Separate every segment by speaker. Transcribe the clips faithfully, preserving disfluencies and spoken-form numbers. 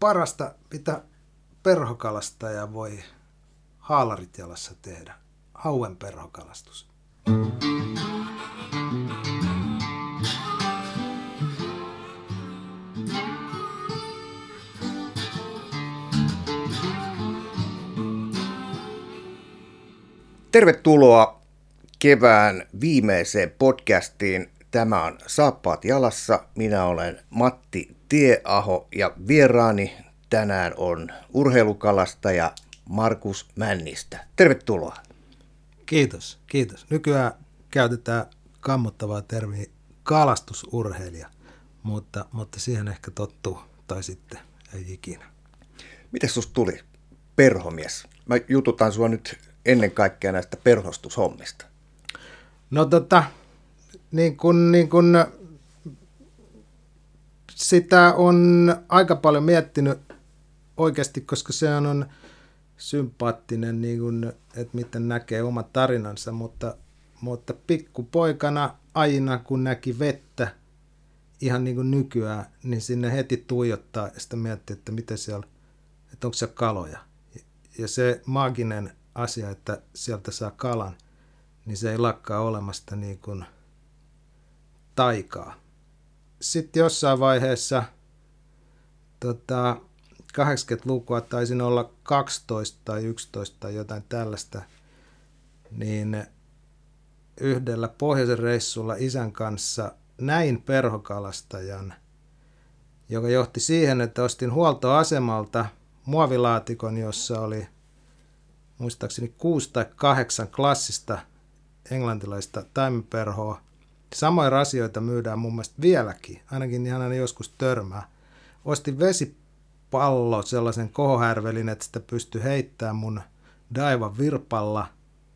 Speaker 1: parasta, mitä perhokalastaja voi haalarit jalassa tehdä. Hauen perhokalastus.
Speaker 2: Tervetuloa kevään viimeiseen podcastiin. Tämä on Saappaat jalassa. Minä olen Matti Tieaho ja vieraani tänään on urheilukalastaja Markus Männistä. Tervetuloa.
Speaker 1: Kiitos, kiitos. Nykyään käytetään kammottavaa termiä kalastusurheilija, mutta, mutta siihen ehkä tottuu, tai sitten ei ikinä.
Speaker 2: Miten susta tuli perhomies? Mä jututan sua nyt ennen kaikkea näistä perhostushommista.
Speaker 1: No tota, niin kun, niin kun sitä on aika paljon miettinyt oikeasti, koska se on sympaattinen, niin kun, että miten näkee oman tarinansa, mutta, mutta pikkupoikana aina kun näki vettä, ihan niin kuin nykyään, niin sinne heti tuijottaa ja sitä miettii, että miten siellä, että onko siellä kaloja. Ja se maaginen asia, että sieltä saa kalan, niin se ei lakkaa olemasta niin kuin taikaa. Sitten jossain vaiheessa tota, kahdeksankymmentälukua taisin olla kaksitoista tai yksitoista tai jotain tällaista, niin yhdellä pohjoisen reissulla isän kanssa näin perhokalastajan, joka johti siihen, että ostin huoltoasemalta muovilaatikon, jossa oli muistaakseni kuusi tai kahdeksan klassista englantilaista taimenperhoa. Samoja rasioita myydään mun mielestä vieläkin, ainakin ihan aina joskus törmää. Ostin vesipallo, sellaisen kohohärvelin, että sitä pystyi heittämään mun daivan virpalla.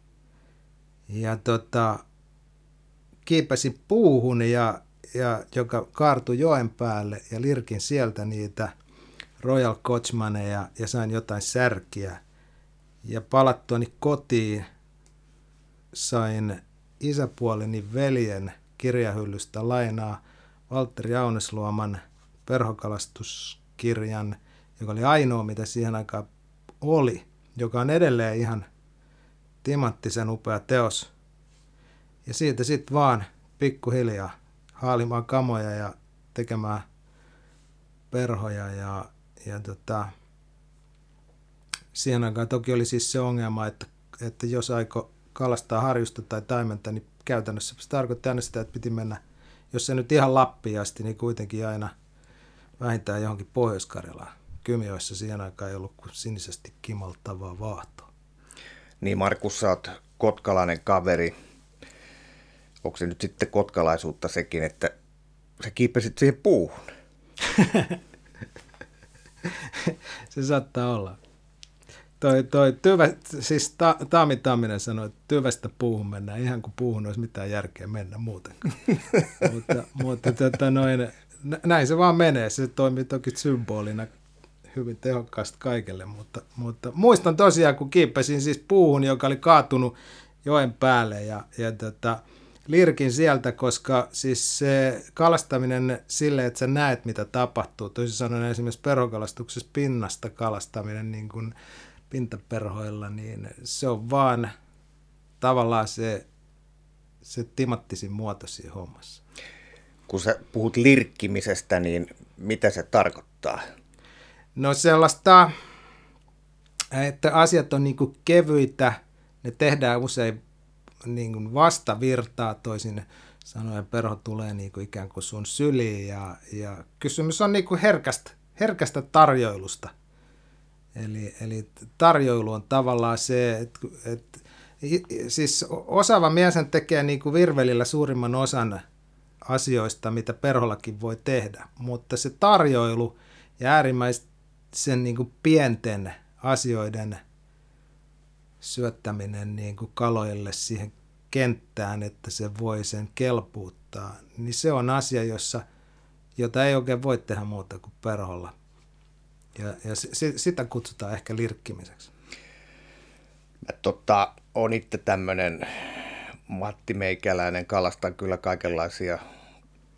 Speaker 1: Ja tota, kiipesin puuhun, ja, ja, joka kaartui joen päälle, ja lirkin sieltä niitä Royal Coachmaneja ja sain jotain särkiä. Ja palattuani kotiin sain isäpuoleni veljen kirjahyllystä lainaa Valtteri Aunesluoman perhokalastuskirjan, joka oli ainoa, mitä siihen aikaan oli, joka on edelleen ihan timanttisen upea teos. Ja siitä sitten vaan pikkuhiljaa haalimaan kamoja ja tekemään perhoja. Ja, ja tota, siihen aikaan toki oli siis se ongelma, että, että jos aiko kalastaa harjusta tai taimenta, niin käytännössä se tarkoittaa aina sitä, että piti mennä, jos se nyt ihan Lappiin asti, niin kuitenkin aina vähintään johonkin Pohjois-Karjalaan. Kymijoessa siihen aikaan ei ollut kuin sinisesti kimaltavaa vaahtoa.
Speaker 2: Niin Markus, sä oot kotkalainen kaveri. Onko se nyt sitten kotkalaisuutta sekin, että sä kiipesit siihen puuhun?
Speaker 1: Se saattaa olla. Toi, toi tyvä, siis ta, Taami Tamminen sanoi, että tyvästä puuhun mennään, ihan kuin puuhun olisi mitään järkeä mennä muutenkaan. mutta mutta tota noin, näin se vaan menee. Se toimii toki symbolina hyvin tehokkaasti kaikelle, mutta, mutta muistan tosiaan, kun kiipesin siis puuhun, joka oli kaatunut joen päälle ja, ja tota, lirkin sieltä, koska siis se kalastaminen silleen, että sä näet, mitä tapahtuu. Toisin sanoen esimerkiksi perhokalastuksessa pinnasta kalastaminen niin kuin pintaperhoilla, niin se on vaan tavallaan se, se timattisin muoto siinä hommassa.
Speaker 2: Kun sä puhut lirkkimisestä, niin mitä se tarkoittaa?
Speaker 1: No sellaista, että asiat on niin kuin kevyitä, ne tehdään usein niin kuin vastavirtaa, toisin sanoen perho tulee niin kuin ikään kuin sun syliin, ja, ja kysymys on niin kuin herkästä, herkästä tarjoilusta. Eli, eli tarjoilu on tavallaan se, että, että siis osaava mieshän tekee niin kuin virvelillä suurimman osan asioista, mitä perhollakin voi tehdä, mutta se tarjoilu ja äärimmäisen niin kuin pienten asioiden syöttäminen niin kuin kaloille siihen kenttään, että se voi sen kelpuuttaa, niin se on asia, jossa, jota ei oikein voi tehdä muuta kuin perholla. Ja, ja s- sitä kutsutaan ehkä lirkkimiseksi.
Speaker 2: Mä tota, on itse tämmönen Matti Meikäläinen, kalastan kyllä kaikenlaisia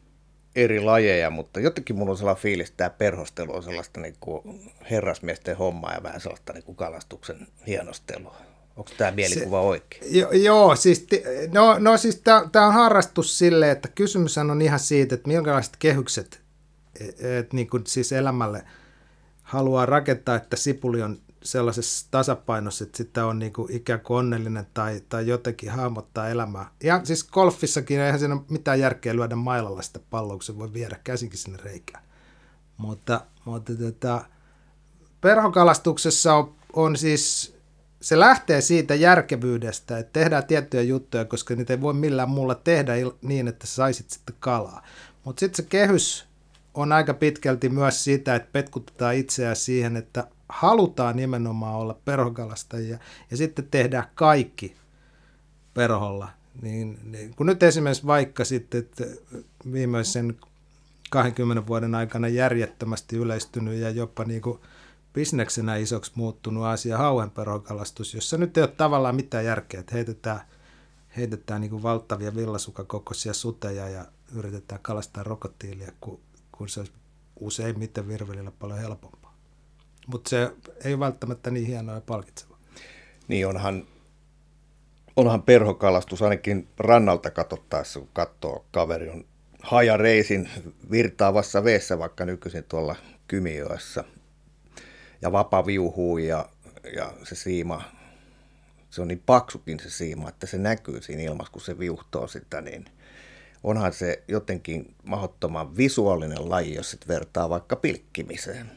Speaker 2: eri lajeja, mutta jotenkin mulla on sellainen fiilis, että tämä perhostelu on sellaista niin kuin herrasmiesten hommaa ja vähän sellaista niin kuin kalastuksen hienostelua. Onko tämä mielikuva oikein?
Speaker 1: Jo, joo, siis, no, no siis tämä on harrastus silleen, että kysymys on ihan siitä, että minkälaiset kehykset et, niin kuin siis elämälle haluaa rakentaa, että sipuli on sellaisessa tasapainossa, että sitä on niin kuin ikään kuin onnellinen tai, tai jotenkin hahmottaa elämää. Ja siis golfissakin eihän siinä ole mitään järkeä lyödä mailalla sitä palloa, kun se voi viedä käsinkin sinne reikään. Mutta, mutta tota, perhokalastuksessa on, on siis, se lähtee siitä järkevyydestä, että tehdään tiettyjä juttuja, koska niitä ei voi millään muulla tehdä niin, että sä saisit sitten kalaa. Mutta sitten se kehys on aika pitkälti myös sitä, että petkutetaan itseään siihen, että halutaan nimenomaan olla perhokalastajia ja sitten tehdään kaikki perholla. Niin, niin, kun nyt esimerkiksi vaikka sitten että viimeisen kahdenkymmenen vuoden aikana järjettömästi yleistynyt ja jopa niin kuin bisneksenä isoksi muuttunut asia hauen perhokalastus, jossa nyt ei ole tavallaan mitään järkeä, että heitetään, heitetään niin kuin valtavia villasukakokoisia suteja ja yritetään kalastaa rokotiilia, kun, kun se olisi useimmiten virvelillä paljon helpompaa. Mutta se ei ole välttämättä niin hienoa ja palkitsevaa.
Speaker 2: Niin onhan, onhan perhokalastus ainakin rannalta katsottaessa, kun katsoo kaveri on hajareisin virtaavassa veessä, vaikka nykyisin tuolla Kymijoessa. Ja vapa viuhuu ja, ja se siima, se on niin paksukin se siima, että se näkyy siinä ilmassa, kun se viuhtoo sitä, niin onhan se jotenkin mahdottoman visuaalinen laji, jos sit vertaa vaikka pilkkimiseen.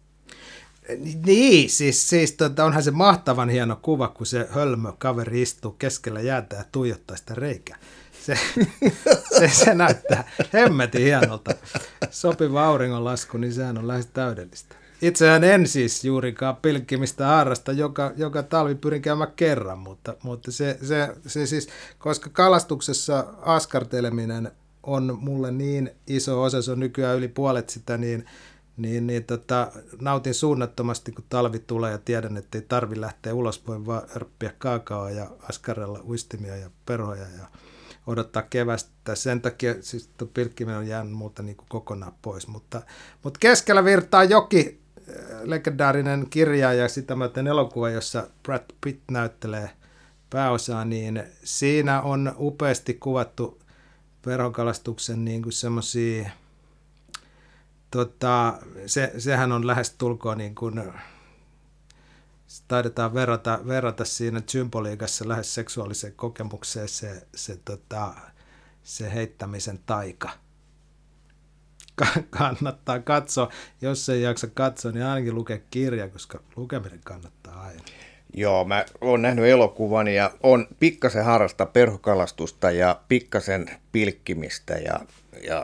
Speaker 1: Niin, siis, siis tota, onhan se mahtavan hieno kuva, kun se hölmö kaveri istuu keskellä jäätä ja tuijottaa sitä reikää. Se, se, se näyttää hemmetin hienolta. Sopiva auringonlasku, niin sehän on lähes täydellistä. Itsehän en siis juurikaan pilkkimistä harrasta, joka, joka talvi pyrin käymään kerran, mutta, mutta se, se, se siis, koska kalastuksessa askarteleminen on mulle niin iso osa, se on nykyään yli puolet sitä, niin Niin, niin tota, nautin suunnattomasti, kun talvi tulee ja tiedän, että ei tarvi lähteä ulos, voin vaan örppiä kaakaoa ja askarella uistimia ja perhoja ja odottaa kevästä. Sen takia siis pilkkiminen on jäänyt muuta niin kuin kokonaan pois. Mutta, mutta keskellä virtaa joki, legendaarinen kirja ja sitä myöten elokuva, jossa Brad Pitt näyttelee pääosaa, niin siinä on upeasti kuvattu perhokalastuksen niin kuin semmoisia. Tota, se, sehän on lähes tulkoon niin kuin, taidetaan verrata, verrata siinä symboliikassa lähes seksuaaliseen kokemukseen se, se, tota, se heittämisen taika. Kannattaa katsoa, jos ei jaksa katsoa, niin ainakin lukea kirja, koska lukeminen kannattaa aina.
Speaker 2: Joo, mä oon nähnyt elokuvan ja on pikkasen harrasta perhokalastusta ja pikkasen pilkkimistä ja, ja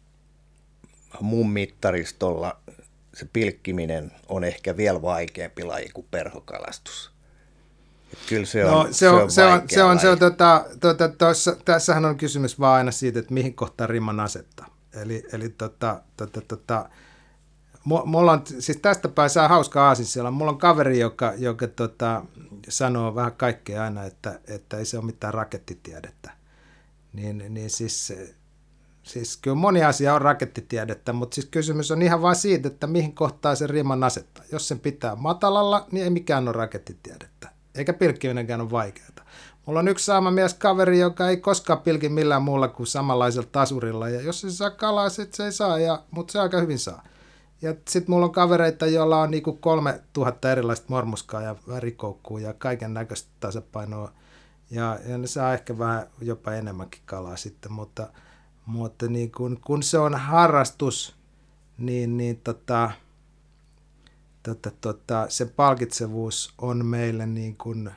Speaker 2: mun mittaristolla se pilkkiminen on ehkä vielä vaikeampi laji kuin perhokalastus. Et kyllä se on,
Speaker 1: no, se on, se on, se on, se on, tota, tota, tossa, tässähän on kysymys vaan aina siitä, että mihin kohtaan rimman asettaa. Eli, eli tota, tota, tota, mulla on, siis tästä pääsee hauska aasinsilta. Mulla on kaveri, joka, joka tota, sanoo vähän kaikkea aina, että, että ei se ole mitään rakettitiedettä. Niin, niin siis... Siis kyllä moni asia on rakettitiedettä, mutta siis kysymys on ihan vain siitä, että mihin kohtaan sen riman asettaa. Jos sen pitää matalalla, niin ei mikään ole rakettitiedettä, eikä pilkkiminenkään ole vaikeaa. Mulla on yksi sama mies kaveri, joka ei koskaan pilki millään muulla kuin samanlaisella tasurilla, ja jos se saa kalaa, sitten se ei saa, ja, mutta se aika hyvin saa. Ja sitten mulla on kavereita, joilla on niinku kolme tuhatta erilaista mormuskaa ja värikoukkuu ja kaiken näköistä tasapainoa, ja, ja ne saa ehkä vähän jopa enemmänkin kalaa sitten, mutta Mutta niin kun, kun se on harrastus, niin, niin tota, tota, tota, se palkitsevuus on meille niin kun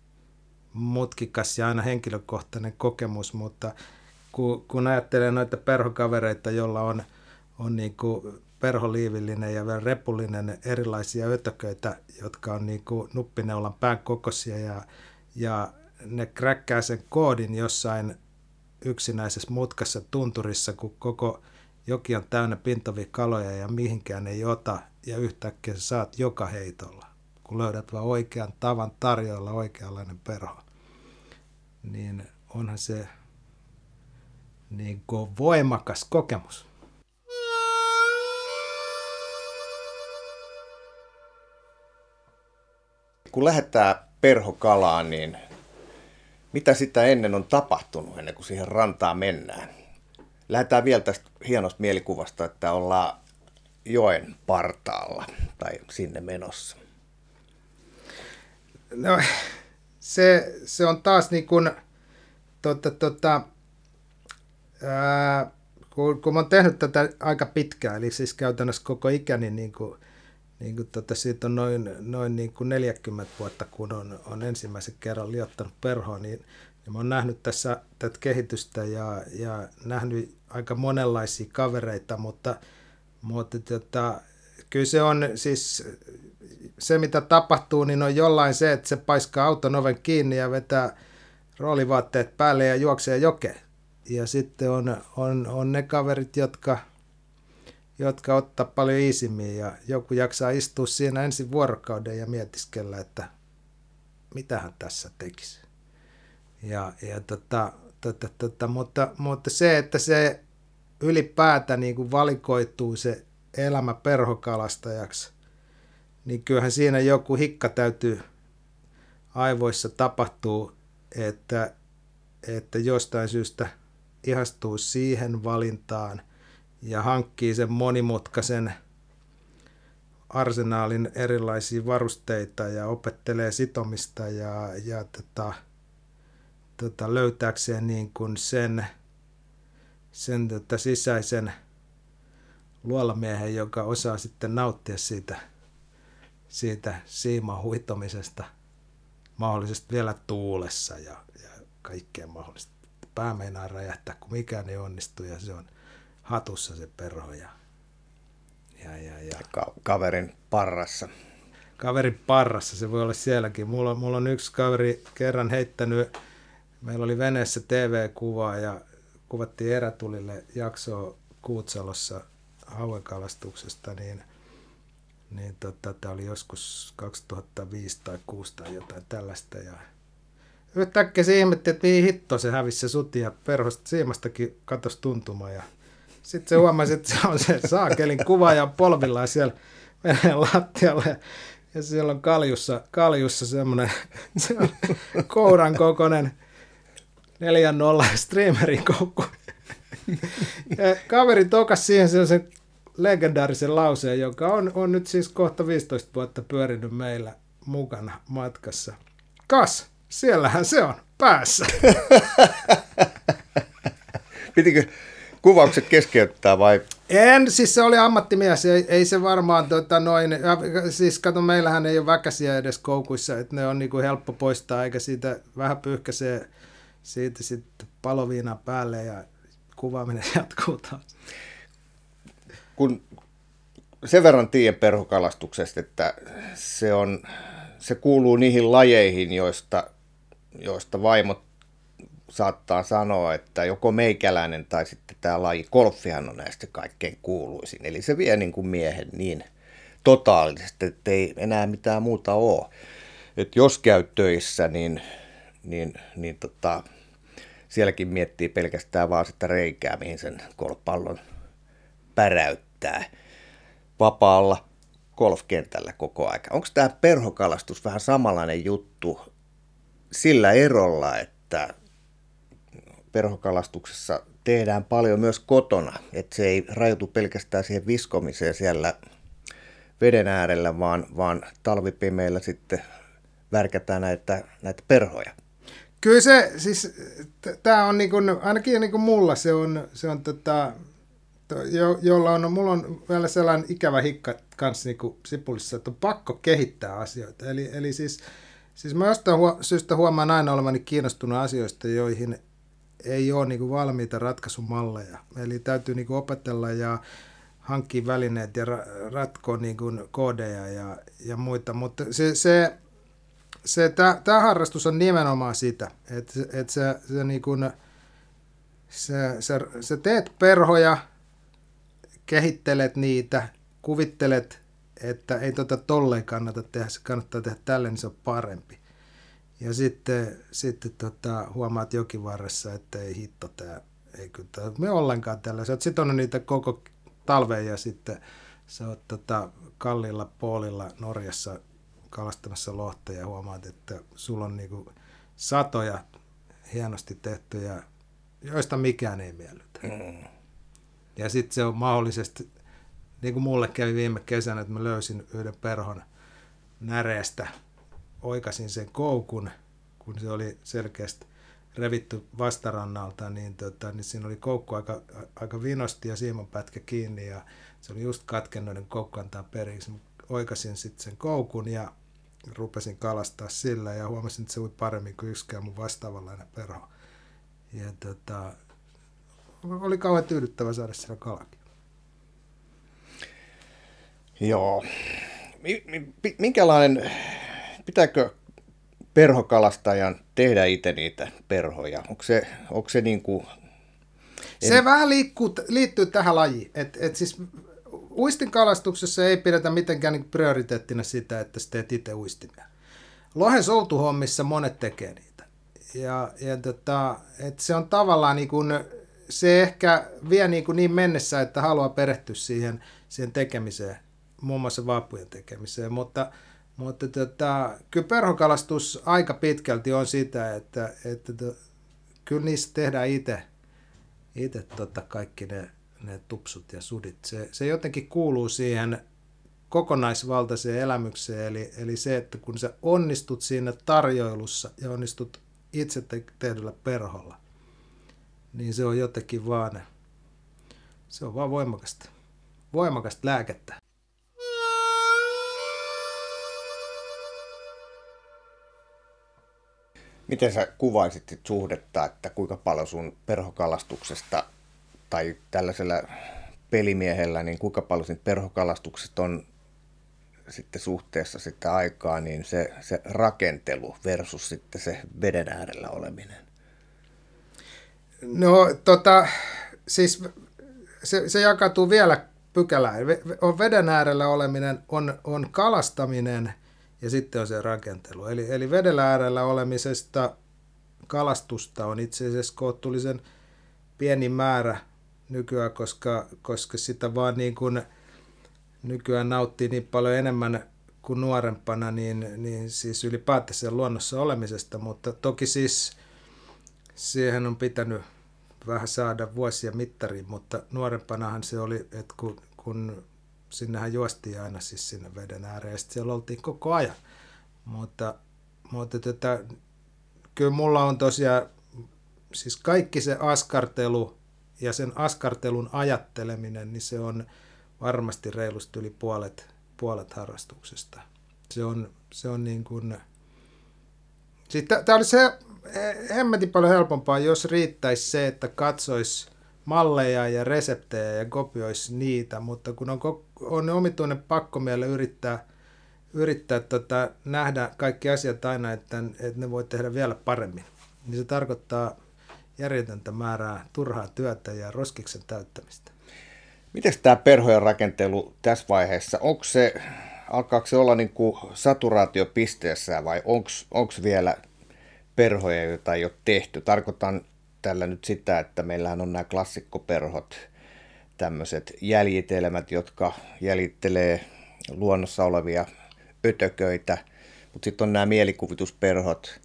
Speaker 1: mutkikas ja aina henkilökohtainen kokemus, mutta kun, kun ajattelee noita perhokavereita, joilla on, on niin kun perholiivillinen ja vielä repullinen erilaisia ötököitä, jotka on niin kun nuppineulan pään kokoisia ja, ja ne kräkkää sen koodin jossain yksinäisessä mutkassa tunturissa, kun koko joki on täynnä pintavia kaloja ja mihinkään ei ota, ja yhtäkkiä sä saat joka heitolla, kun löydät vaan oikean tavan tarjoilla oikeanlainen perho. Niin onhan se niin kuin voimakas kokemus.
Speaker 2: Kun lähdetään perhokalaan, niin mitä sitä ennen on tapahtunut, ennen kuin siihen rantaan mennään? Lähdetään vielä tästä hienosta mielikuvasta, että ollaan joen partaalla tai sinne menossa.
Speaker 1: No, se, se on taas niin kuin, tota, tota, ää, kun, kun mä oon tehnyt tätä aika pitkään, eli siis käytännössä koko ikäni, niin kuin, niin kuin tota, siitä on noin, noin niin kuin neljäkymmentä vuotta, kun on, on ensimmäisen kerran liottanut perhoa, niin, niin mä oon nähnyt tässä tätä kehitystä ja, ja nähnyt aika monenlaisia kavereita, mutta, mutta tota, kyllä se on siis se, mitä tapahtuu, niin on jollain se, että se paiskaa auton oven kiinni ja vetää roolivaatteet päälle ja juoksee jokeen. Ja sitten on, on, on ne kaverit, jotka, jotka ottaa paljon iisimmin ja joku jaksaa istua siinä ensin vuorokauden ja mietiskellä, että mitähän tässä tekisi. Ja, ja tota, tota, tota, mutta, mutta se, että se ylipäätään niin kuin valikoituu se elämä perhokalastajaksi, niin kyllähän siinä joku hikka täytyy aivoissa tapahtuu, että, että jostain syystä ihastuu siihen valintaan ja hankkii sen monimutkaisen arsenaalin erilaisia varusteita ja opettelee sitomista ja, ja tota, tota, löytääkseen niin kuin sen, sen tota sisäisen luolamiehen, joka osaa sitten nauttia siitä, siitä siiman huitomisesta mahdollisesti vielä tuulessa ja, ja kaikkea mahdollista. Pää meinaa räjähtää, kun mikään ei onnistu ja se on hatussa se perho. Ja, ja, ja, ja.
Speaker 2: Ka- kaverin parrassa.
Speaker 1: Kaverin parrassa, se voi olla sielläkin. Mulla, mulla on yksi kaveri kerran heittänyt, meillä oli veneessä T V-kuvaa ja kuvattiin erätulille jaksoa Kuutsalossa hauekalastuksesta, niin, niin tota, tämä oli joskus kaksituhattaviisi tai kuusi tai jotain tällaista. Ja yhtäkkiä se ihmetti, että mihin hitto se hävisi se suti ja perhosta siimastakin katosi tuntuma. Ja sitten se huomasi, että se on se saakelin kuva ja polvillaan siellä veneen lattialla. Ja, ja siellä on kaljussa, kaljussa semmoinen se on kouran kokoinen neljän nolla streamerin koukku. Ja kaveri tokas siihen sellaisen legendaarisen lauseen, joka on, on nyt siis kohta viisitoista vuotta pyörinyt meillä mukana matkassa. Kas, siellähän se on, päässä.
Speaker 2: Pitikö kuvaukset keskeyttää vai?
Speaker 1: En, siis se oli ammattimies, ei, ei se varmaan, tota, noin, siis kato, meillähän ei ole väkäsiä edes koukuissa, että ne on niinku helppo poistaa, eikä siitä vähän pyyhkäisee siitä sitten paloviina päälle ja kuvaaminen jatkuu taas.
Speaker 2: Kun sen verran tiedän perhokalastuksesta, että se, on, se kuuluu niihin lajeihin, joista, joista vaimot saattaa sanoa, että joko meikäläinen tai sitten tämä laji, golfihan on näistä kaikkein kuuluisin. Eli se vie niin kuin miehen niin totaalisesti, että ei enää mitään muuta ole. Et jos käy töissä, niin, niin, niin tota, sielläkin miettii pelkästään vaan sitä reikää, mihin sen golfpallon päräyttää vapaalla golfkentällä koko aika. Onko tämä perhokalastus vähän samanlainen juttu sillä erolla, että perhokalastuksessa tehdään paljon myös kotona, että se ei rajoitu pelkästään siihen viskomiseen siellä veden äärellä, vaan, vaan talvipimeillä sitten värkätään näitä, näitä perhoja.
Speaker 1: Kyllä se, siis tämä on niin kuin, ainakin niin kuin mulla se on, se on tota, jo, jolla on, mulla on vielä sellainen ikävä hikka kanssa niin kuin Sipulissa, että on pakko kehittää asioita. Eli, eli siis, siis mä jostain huo, syystä huomaan aina olevani kiinnostunut asioista, joihin ei ole niin kuin valmiita ratkaisumalleja. Eli täytyy niin kuin opetella ja hankkia välineet ja ra- ratkoa niin kuin koodeja ja, ja muita, mutta se, se Se, tämä harrastus on nimenomaan sitä, että et sä, sä niinku, sä, sä, sä teet perhoja, kehittelet niitä, kuvittelet, että ei tota tolleen kannata tehdä, se kannattaa tehdä tälleen, niin se on parempi. Ja sitten, sitten tota, huomaat jokivarressa, että ei hitto, tämä ei kyllä me ollenkaan tällä. Sä oot sitonut niitä koko talven ja sitten sä oot tota, kalliilla poolilla Norjassa kalastamassa lohta ja huomaat, että sulla on niinku satoja hienosti tehtyjä, joista mikään ei miellytä. Mm. Ja sitten se on mahdollisesti, niin kuin mulle kävi viime kesänä, että mä löysin yhden perhon näreestä, oikasin sen koukun, kun se oli selkeästi revitty vastarannalta, niin, tota, niin siinä oli koukku aika, aika vinosti ja siimanpätkä kiinni ja se oli just katkennoinen koukku antaa periksi. Oikasin sitten sen koukun ja rupesin kalastaa sillä ja huomasin, että se oli paremmin kuin yksikään mun vastaavanlainen perho. Ja tota, oli kauhean tyydyttävä saada siellä kalakin.
Speaker 2: Joo. Minkälainen, pitääkö perhokalastajan tehdä itse niitä perhoja? Onko se, onko se niin kuin... En...
Speaker 1: Se vähän liikkuu, liittyy tähän lajiin. Et, et siis uistinkalastuksessa ei pidetä mitenkään niin prioriteettina sitä, että sä teet itse uistimia. Lohen soutuhommissa monet tekee niitä. Ja, ja tota, et se on tavallaan niin kuin, se ehkä vie niin, kuin niin mennessä, että haluaa perehtyä siihen, siihen tekemiseen, muun muassa vaappujen tekemiseen, mutta Mutta tota, kyllä perhokalastus aika pitkälti on sitä, että, että to, kyllä niissä tehdään itse itse tota kaikki ne, ne tupsut ja sudit. Se, se jotenkin kuuluu siihen kokonaisvaltaiseen elämykseen, eli, eli se, että kun sä onnistut siinä tarjoilussa ja onnistut itse te- tehdyllä perholla, niin se on jotenkin vaan, se on vaan voimakasta, voimakasta lääkettä.
Speaker 2: Miten sä kuvaisit suhdetta, että kuinka paljon sun perhokalastuksesta tai tällaisella pelimiehellä, niin kuinka paljon siitä perhokalastuksesta on sitten suhteessa sitten aikaa, niin se, se rakentelu versus sitten se veden äärellä oleminen?
Speaker 1: No tota, siis se, se jakautuu vielä pykälään. On veden äärellä oleminen, on, on kalastaminen ja sitten on se rakentelu. Eli, eli veden äärellä olemisesta kalastusta on itse asiassa kohtuullisen pieni määrä nykyään, koska, koska sitä vaan niin kuin nykyään nauttii niin paljon enemmän kuin nuorempana, niin, niin siis ylipäätään sen luonnossa olemisesta, mutta toki siis siihen on pitänyt vähän saada vuosia mittariin, mutta nuorempanahan se oli, että kun, kun sinnehän juostiin aina siis sinne veden ääreen ja sitten siellä oltiin koko ajan, mutta, mutta tätä, kyllä mulla on tosiaan siis kaikki se askartelu ja sen askartelun ajatteleminen, niin se on varmasti reilusti yli puolet, puolet harrastuksesta. Se on, se on niin kuin... Tämä olisi se hemmetin paljon helpompaa, jos riittäisi se, että katsoisi malleja ja reseptejä ja kopioisi niitä, mutta kun on, on omituinen pakkomielle yrittää, yrittää tota, nähdä kaikki asiat aina, että, että ne voi tehdä vielä paremmin, niin se tarkoittaa järjetöntä määrää turhaa työtä ja roskiksen täyttämistä.
Speaker 2: Miten tämä perhojen rakentelu tässä vaiheessa, onko se, alkaako se olla niin kuin saturaatiopisteessä vai onko vielä perhoja, joita ei ole tehty? Tarkoitan tällä nyt sitä, että meillähän on nämä klassikkoperhot, tämmöiset jäljitelmät, jotka jäljittelee luonnossa olevia ötököitä, mutta sitten on nämä mielikuvitusperhot.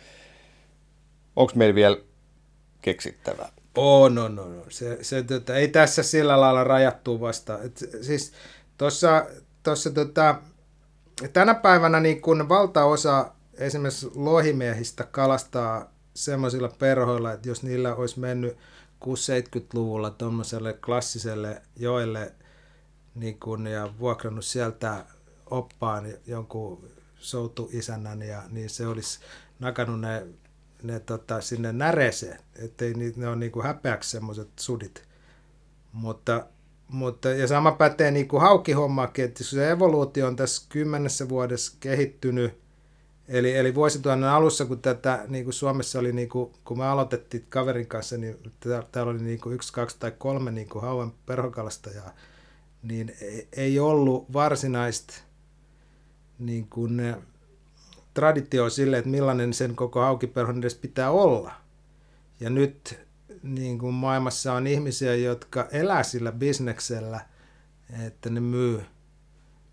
Speaker 2: Onko meillä vielä keksittävää?
Speaker 1: Oh, no, no, no. Se, se, tota, ei tässä sillä lailla rajattua vasta. Et, siis tossa, tossa, tota, tänä päivänä niin kun valtaosa esimerkiksi lohimiehistä kalastaa semmoisilla perhoilla, että jos niillä olisi mennyt kuusikymmentä-seitsemänkymmentäluvulla tuommoiselle klassiselle joelle niin kun, ja vuokrannut sieltä oppaan jonkun soutuisännän, ja, niin se olisi nakannut ne ne tota, sinne näreeseen, ettei ni, ne ole niinku häpeäksi semmoiset sudit. Mutta, mutta, ja sama pätee niinku haukkihommaakin, että se evoluutio on tässä kymmenessä vuodessa kehittynyt, eli, eli vuosituhannen alussa, kun tätä niinku Suomessa oli, niinku, kun me aloitettiin kaverin kanssa, niin täällä oli niinku yksi, kaksi tai kolme niinku hauen perhokalastajaa, niin ei, ei ollut varsinaista niin kuin ne traditio sille, että millainen sen koko haukiperhon edes pitää olla. Ja nyt niin kuin maailmassa on ihmisiä, jotka elää sillä bisneksellä, että ne myy,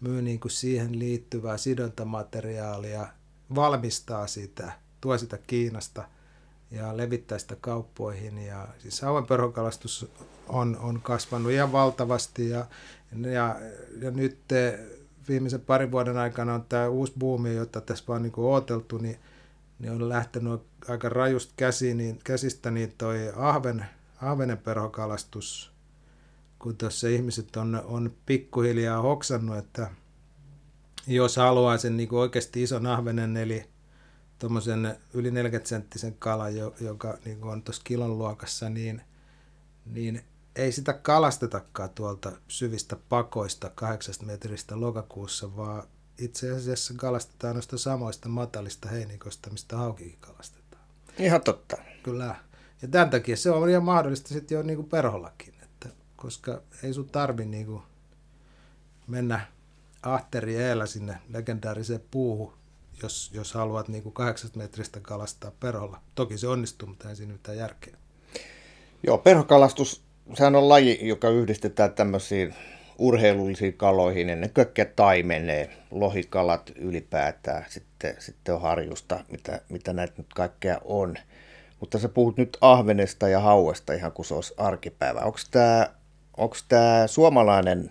Speaker 1: myy niin kuin siihen liittyvää sidontamateriaalia, valmistaa sitä, tuo sitä Kiinasta ja levittää sitä kauppoihin. Ja siis hauenperhokalastus on, on kasvanut ihan valtavasti ja, ja, ja nyt viimeisen parin vuoden aikana on tämä uusi buumi, jota tässä vaan niin kuin odoteltu, niin, niin on lähtenyt aika rajusti käsiin, niin, käsistä niin toi ahven, ahvenenperhokalastus, kun tuossa ihmiset on, on pikkuhiljaa hoksannut, että jos haluaa sen niin kuin oikeasti ison ahvenen, eli tuommoisen yli neljäkymmentä senttisen kalan, joka niin kuin on tuossa kilon luokassa, niin, niin ei sitä kalastetakaan tuolta syvistä pakoista kahdeksasta metristä lokakuussa, vaan itse asiassa kalastetaan noista samoista matalista heinikoista, mistä haukikin kalastetaan.
Speaker 2: Ihan totta.
Speaker 1: Kyllä. Ja tämän takia se on ihan mahdollista sitten jo niin kuin perhollakin, että koska ei sun tarvi niin kuin mennä ahteri eellä sinne legendaariseen puuhun, jos, jos haluat niin kuin kahdeksasta metristä kalastaa perholla. Toki se onnistuu, mutta ei siinä mitään järkeä.
Speaker 2: Joo, perhokalastus, sehän on laji, joka yhdistetään tämmöisiin urheilullisiin kaloihin, ennen kaikkea taimenee, lohikalat ylipäätään, sitten, sitten on harjusta, mitä, mitä näitä nyt kaikkea on. Mutta sä puhut nyt ahvenesta ja hauesta ihan kuin se olisi arkipäivä. Onko tämä, onko tämä suomalainen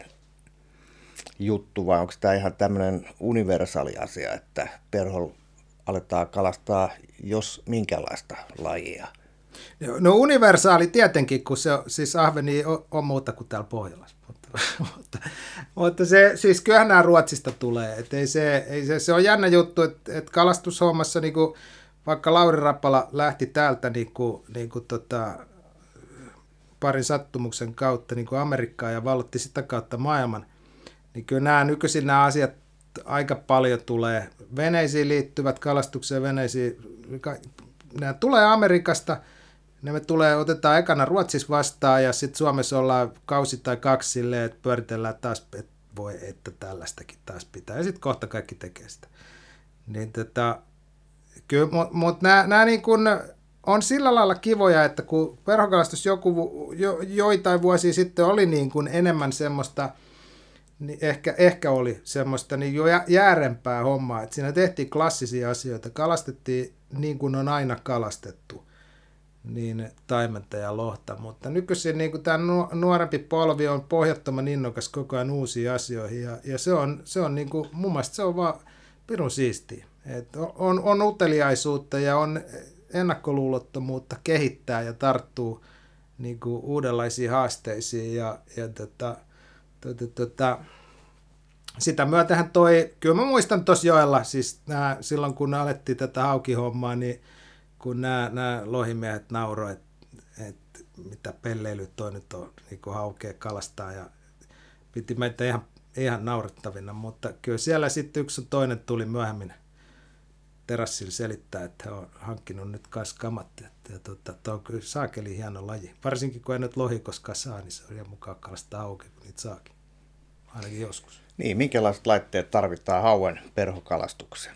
Speaker 2: juttu vai onko tämä ihan tämmöinen universaali asia, että perholla aletaan kalastaa jos minkälaista lajia?
Speaker 1: No universaali tietenkin, kun se on, siis ahveni on, on muuta kuin täällä Pohjolassa. Mutta, mutta, mutta se, siis kyllähän nämä Ruotsista tulee. Et ei se, ei se, se on jännä juttu, että et kalastushommassa, niin kuin, vaikka Lauri Rappala lähti täältä niin kuin, niin kuin tota, parin sattumuksen kautta niin kuin Amerikkaan ja vallotti sitä kautta maailman, niin kyllä nämä nykyisin nämä asiat aika paljon tulee. Veneisiin liittyvät kalastukseen, veneisiin, nämä tulee Amerikasta, ne me tulee, otetaan ekana Ruotsissa vastaan ja sitten Suomessa ollaan kausi tai kaksi silleen, että pyöritellään taas, että voi, että tällaistakin taas pitää. Ja sitten kohta kaikki tekee sitä. Niin tota, kyllä, mutta mut nämä, nämä niin kun on sillä lailla kivoja, että kun perhokalastus joku, jo, joitain vuosia sitten oli niin kuin enemmän semmoista, niin ehkä, ehkä oli semmoista niin jo jäärempää hommaa, että siinä tehtiin klassisia asioita, kalastettiin niin kuin on aina kalastettu, niin taimenta ja lohta, mutta nykyisin niin kuin tämä nuorempi polvi on pohjattoman innokas koko ajan uusiin asioihin, ja, ja se on, se on niin kuin, mun mielestä se on vaan pirun siistiä, että on, on uteliaisuutta ja on ennakkoluulottomuutta kehittää ja tarttuu niin kuin uudenlaisiin haasteisiin, ja, ja tota, tota, tota, sitä myötähän toi, kyllä mä muistan tuossa joella, siis nää, silloin kun alettiin tätä haukihommaa, niin kun nämä, nämä lohimiehet nauroivat, että et, mitä pelleilyt toi nyt on, niin kuin haukea kalastaa, ja piti meitä ihan, ihan naurettavina, mutta kyllä siellä sitten yksi toinen tuli myöhemmin terassilla selittää, että he on hankkinut nyt kanssa kamat, että tota, tuo on kyllä saakeli hieno laji, varsinkin kun ei nyt lohi koskaan saa, niin se on ihan mukaan kalastaa haukea, kun niitä saakin, ainakin joskus.
Speaker 2: Niin, minkälaiset laitteet tarvitaan hauen perhokalastukseen?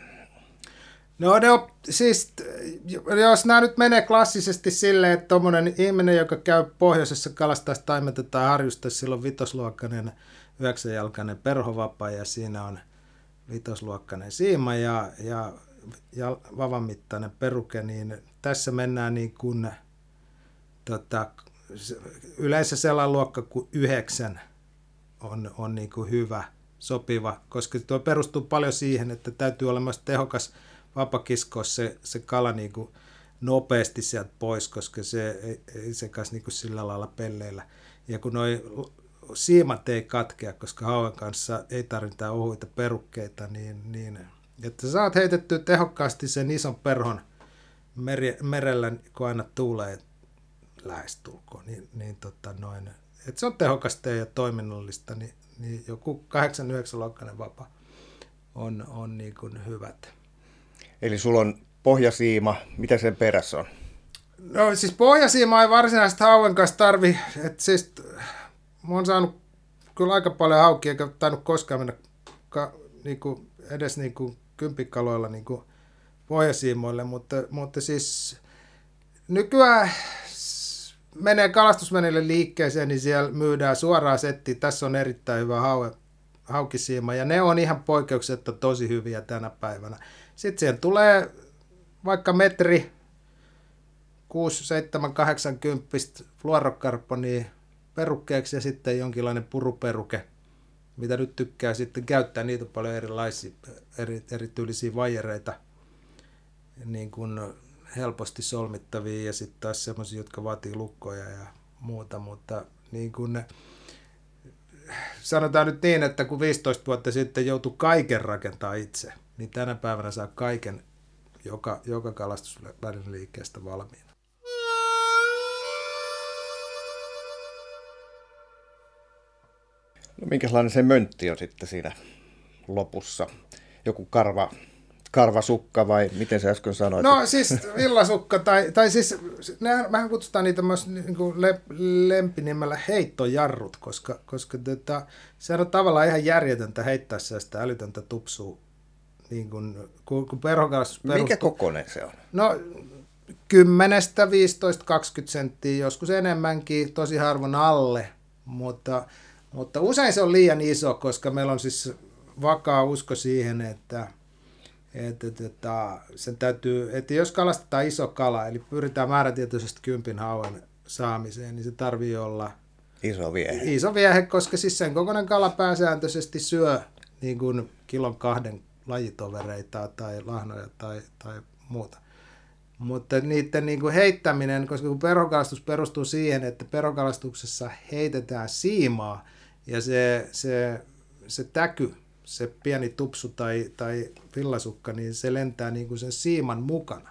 Speaker 1: No ne on, siis, jos nämä nyt menee klassisesti silleen, että tuommoinen ihminen, joka käy pohjoisessa kalastaa taimenta tai harjusta, silloin vitosluokkainen, yhdeksänjalkainen perhovapa ja siinä on vitosluokkainen siima ja, ja, ja vavan mittainen peruke, niin tässä mennään niin kuin, tota, yleensä sellainen luokka kuin yhdeksän on, on niin kuin hyvä, sopiva, koska tuo perustuu paljon siihen, että täytyy olla myös tehokas vapakiskoa se, se kala niin kuin nopeasti sieltä pois, koska se ei, ei se kanssa niin kuin sillä lailla pelleillä. Ja kun noi siimat ei katkea, koska hauen kanssa ei tarvita ohuita perukkeita, niin, niin että saat heitettyä tehokkaasti sen ison perhon meri, merellä, kun aina tuulee lähestulkoon, niin, niin tota noin, että se on tehokasta ja toiminnallista, niin, niin joku kahdeksan yhdeksän luokkainen vapa on, on niin kuin hyvät.
Speaker 2: Eli sulla on pohjasiima, mitä sen perässä on?
Speaker 1: No siis pohjasiima ei varsinaisesti hauen kanssa tarvi, että siis mä oon saanut kyllä aika paljon haukia, eikä tainnut koskaan mennä ka, niinku, edes niinku kymppikaloilla niinku pohjasiimoille, mutta, mutta siis nykyään menee kalastusmenille liikkeeseen, niin siellä myydään suoraan settiä. Tässä on erittäin hyvä haue haukisiima, ja ne on ihan poikkeuksetta tosi hyviä tänä päivänä. Sitten siihen tulee vaikka metri kuusi, seitsemän, kahdeksankymmentä fluorokarbonia perukkeeksi ja sitten jonkinlainen puruperuke, mitä nyt tykkää sitten käyttää. Niitä on paljon erilaisia, eri, erityylisiä vaijereita, niin kuin helposti solmittavia ja sitten taas semmoisia, jotka vaatii lukkoja ja muuta, mutta niin kuin sanotaan nyt niin, että kun viisitoista vuotta sitten joutui kaiken rakentaa itse, niin tänä päivänä saa kaiken joka, joka kalastusvälineliikkeestä valmiina.
Speaker 2: No minkälainen se möntti on sitten siinä lopussa? Joku karva, karvasukka vai miten sä äsken sanoit?
Speaker 1: No siis villasukka, tai, tai siis nehän, mehän kutsutaan niitä myös niin kuin le, lempinimellä heittojarrut, koska, koska tota, se on tavallaan ihan järjetöntä heittää sitä älytöntä tupsua. Niin kuin, kun, kun perhokalastus perustuu.
Speaker 2: Mikä kokoinen se on?
Speaker 1: No kymmenestä, viisitoista, kaksikymmentä senttiä, joskus enemmänkin, tosi harvoin alle, mutta, mutta usein se on liian iso, koska meillä on siis vakaa usko siihen, että, että, että, sen täytyy, että jos kalastetaan iso kala, eli pyritään määrätietoisesti kympin hauen saamiseen, niin se tarvii olla
Speaker 2: iso viehe.
Speaker 1: Iso viehe, koska siis sen kokoinen kala pääsääntöisesti syö niin kuin kilon kahden lajitovereita tai lahnoja tai, tai muuta. Mutta niiden niin kuin heittäminen, koska kun perhokalastus perustuu siihen, että perhokalastuksessa heitetään siimaa ja se, se, se täky, se pieni tupsu tai, tai villasukka, niin se lentää niin kuin sen siiman mukana.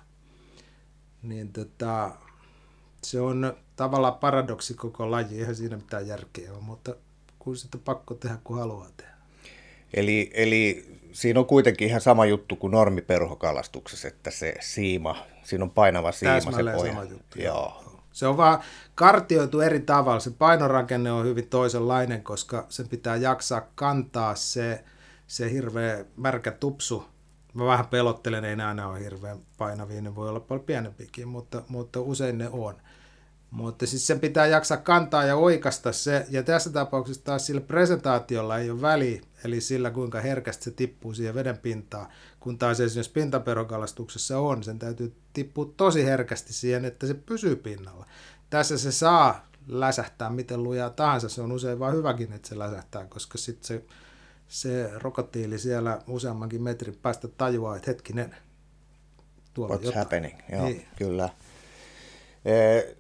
Speaker 1: Niin tota, se on tavallaan paradoksi koko laji, eihän siinä mitään järkeä ole, mutta kun sitä pakko tehdä, kun haluaa tehdä.
Speaker 2: Eli, eli siinä on kuitenkin ihan sama juttu kuin normiperhokalastuksessa, että se siima, siinä on painava siima.
Speaker 1: Täsmälleen
Speaker 2: se
Speaker 1: sama juttu.
Speaker 2: Joo.
Speaker 1: Se on vaan kartioitu eri tavalla. Se painorakenne on hyvin toisenlainen, koska sen pitää jaksaa kantaa se, se hirveä märkä tupsu. Mä vähän pelottelen, ei ne aina ole hirveän painavia, ne voi olla paljon pienempikin, mutta, mutta usein ne on. Mutta siis sen pitää jaksaa kantaa ja oikasta se, ja tässä tapauksessa taas sillä presentaatiolla ei ole väliä, eli sillä kuinka herkästi se tippuu siihen veden pintaan, kun taas esimerkiksi pintaperhokalastuksessa on, sen täytyy tippua tosi herkästi siihen, että se pysyy pinnalla. Tässä se saa läsähtää miten lujaa tahansa, se on usein vaan hyväkin, että se läsähtää, koska sitten se, se rokotiili siellä useammankin metrin päästä tajuaa, että hetkinen, tuolla
Speaker 2: What's
Speaker 1: jotain.
Speaker 2: happening, joo,
Speaker 1: niin.
Speaker 2: Kyllä. Eh,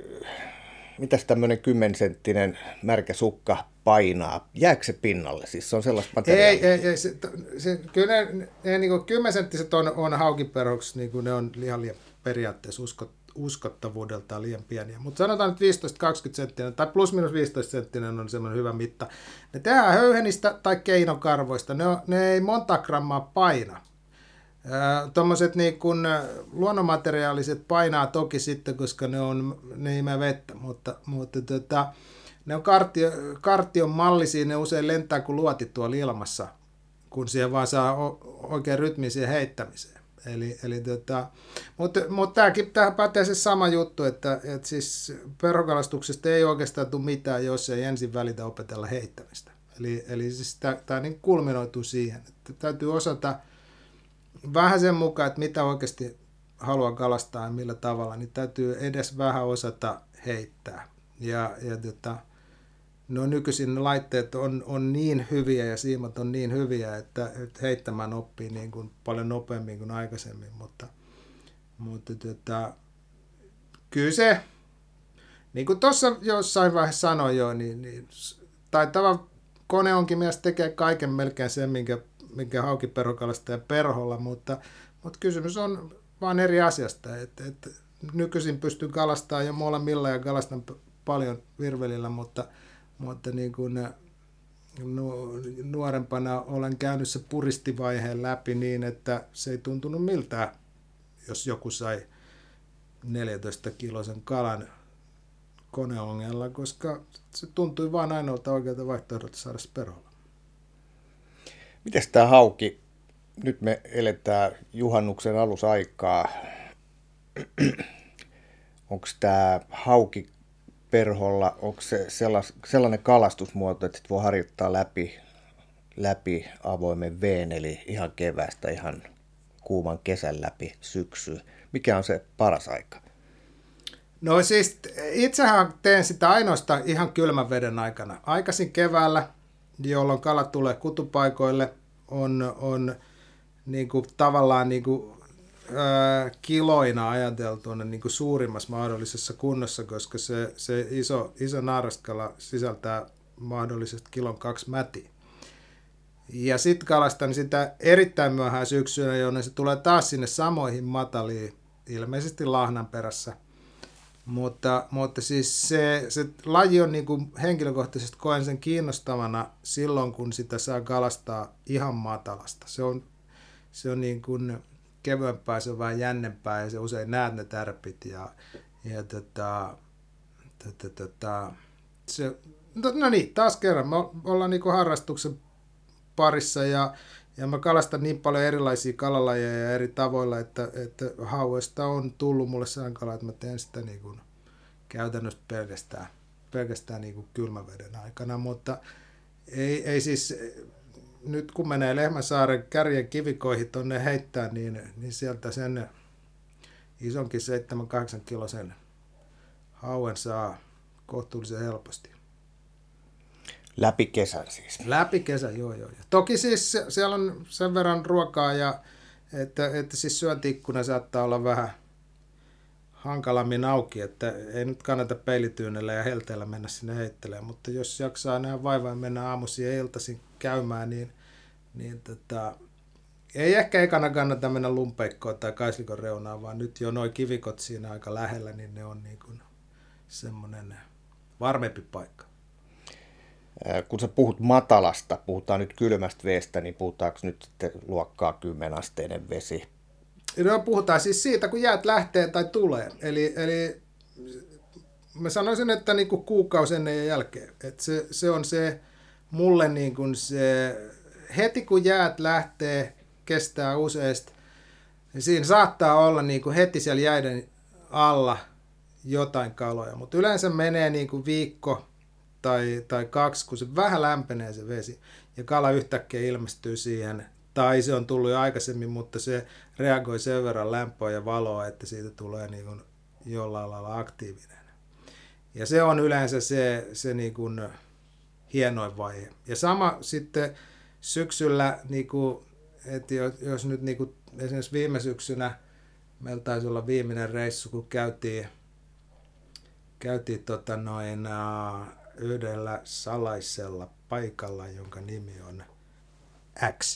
Speaker 2: mitäs tämmöinen kymmensenttinen märkä sukka painaa? Jääkö se pinnalle? Siis se on sellaista materiaalia?
Speaker 1: Ei, ei, ei se, se, kyllä ne, ne niin kymmenenttiset on, on haukiperhoksi, niin kuin ne on liian, liian periaatteessa uskot, uskottavuudeltaan liian pieniä. Mutta sanotaan nyt viisitoista kaksikymmentä senttinen tai plus minus viisitoista senttinen on semmoinen hyvä mitta. Ne tehdään höyhenistä tai keinokarvoista. Ne, on, ne ei monta grammaa paina. Tuommoiset niin kun luonnonmateriaaliset painaa toki sitten, koska ne on ne imee vettä, mutta, mutta tota, ne on kartio, kartion mallisia, ne usein lentää kuin luotit tuolla ilmassa, kun siihen vaan saa oikein rytmin siihen heittämiseen. Eli, eli tota, mutta, mutta tämäkin tähän pätee se sama juttu, että, että siis perhokalastuksesta ei oikeastaan tule mitään, jos ei ensin välitä opetella heittämistä. Eli, eli siis tämä, tämä niin kulminoituu siihen, että täytyy osata vähän sen mukaan, että mitä oikeasti haluaa kalastaa ja millä tavalla, niin täytyy edes vähän osata heittää. Ja, ja tota, no nykyisin ne laitteet on, on niin hyviä ja siimat on niin hyviä, että, että heittämään oppii niin kuin paljon nopeammin kuin aikaisemmin. Mutta, mutta tota, kyllä se, niin kuin tuossa jossain vaiheessa sanoin jo, niin, niin taitava kone onkin mies tekee kaiken melkein sen, minkä mikä haukiperhokalastaja perholla, mutta, mutta kysymys on vain eri asiasta. Et, et, nykyisin pystyn kalastamaan jo molemmilla ja kalastan paljon virvelillä, mutta, mutta niin kuin nu, nuorempana olen käynyt se puristivaiheen läpi niin, että se ei tuntunut miltään, jos joku sai neljätoista kilosen kalan koneongella, koska se tuntui vain ainoalta oikealta vaihtoehdolta saada se perholla.
Speaker 2: Mites tämä hauki? Nyt me eletään juhannuksen alusaikaa. Onko tämä hauki perholla, onko se sellas, sellainen kalastusmuoto, että sit voi harjoittaa läpi, läpi avoimen veen, eli ihan keväästä ihan kuuman kesän läpi syksyyn. Mikä on se paras aika?
Speaker 1: No siis itsehän teen sitä ainoastaan ihan kylmän veden aikana. Aikaisin keväällä, jolloin kala tulee kutupaikoille, on, on niin kuin, tavallaan niin kuin, ää, kiloina ajateltuna niin kuin suurimmassa mahdollisessa kunnossa, koska se, se iso, iso naaraskala sisältää mahdollisesti kilon kaksi mätiä. Ja sitten kalastan sitä erittäin myöhään syksynä, jonne se tulee taas sinne samoihin mataliin, ilmeisesti lahnan perässä. Mutta, mutta siis se, se laji on niin kuin henkilökohtaisesti koen sen kiinnostavana silloin, kun sitä saa kalastaa ihan matalasta. Se on, se on niin kuin kevyempää, se on vähän jännempää ja se usein näet ne tärpit. Ja, ja tota, tota, tota, se, no, no niin, taas kerran, me ollaan niin kuin harrastuksen parissa ja, ja mä kalastan niin paljon erilaisia kalalajeja eri tavoilla, että, että hauesta on tullut mulle sellainen kala, että mä teen sitä niin kuin käytännössä pelkästään, pelkästään niin kuin kylmäveden aikana, mutta ei, ei siis, nyt kun menee Lehmäsaaren Kärjen kivikoihin tonne heittää, niin, niin sieltä sen isonkin seitsemän kahdeksan kilosen hauen saa kohtuullisen helposti.
Speaker 2: Läpi kesän siis.
Speaker 1: Läpi kesän, joo joo. Toki siis siellä on sen verran ruokaa, ja, että, että siis syöntiikkuna saattaa olla vähän hankalammin auki, että ei nyt kannata peilityynellä ja helteellä mennä sinne heittelemään, mutta jos jaksaa nähdä vaivaa ja mennä aamuisin ja iltaisin käymään, niin, niin tota, ei ehkä ekana kannata mennä lumpeikkoon tai kaislikon reunaan, vaan nyt jo nuo kivikot siinä aika lähellä, niin ne on niin kuin semmoinen varmempi paikka.
Speaker 2: Kun sä puhut matalasta, puhutaan nyt kylmästä veestä, niin puhutaanko nyt sitten luokkaa kymmenasteinen vesi?
Speaker 1: No, puhutaan siis siitä, kun jäät lähtee tai tulee. Eli, eli mä sanoisin, että niin kuin kuukausi ennen ja jälkeen. Että se, se on se mulle niin kuin se, heti kun jäät lähtee, kestää useasti, niin siinä saattaa olla niin kuin heti siellä jäiden alla jotain kaloja. Mutta yleensä menee niin kuin viikko tai, tai kaksi, kun se vähän lämpenee se vesi ja kala yhtäkkiä ilmestyy siihen. Tai se on tullut jo aikaisemmin, mutta se reagoi sen verran lämpöä ja valoa, että siitä tulee niin kuin jollain lailla aktiivinen. Ja se on yleensä se, se niin kuin hienoin vaihe. Ja sama sitten syksyllä, niin kuin, että jos nyt niin kuin esimerkiksi viime syksynä, meillä taisi olla viimeinen reissu, kun käytiin, käytiin tota noin, yhdellä salaisella paikalla, jonka nimi on X.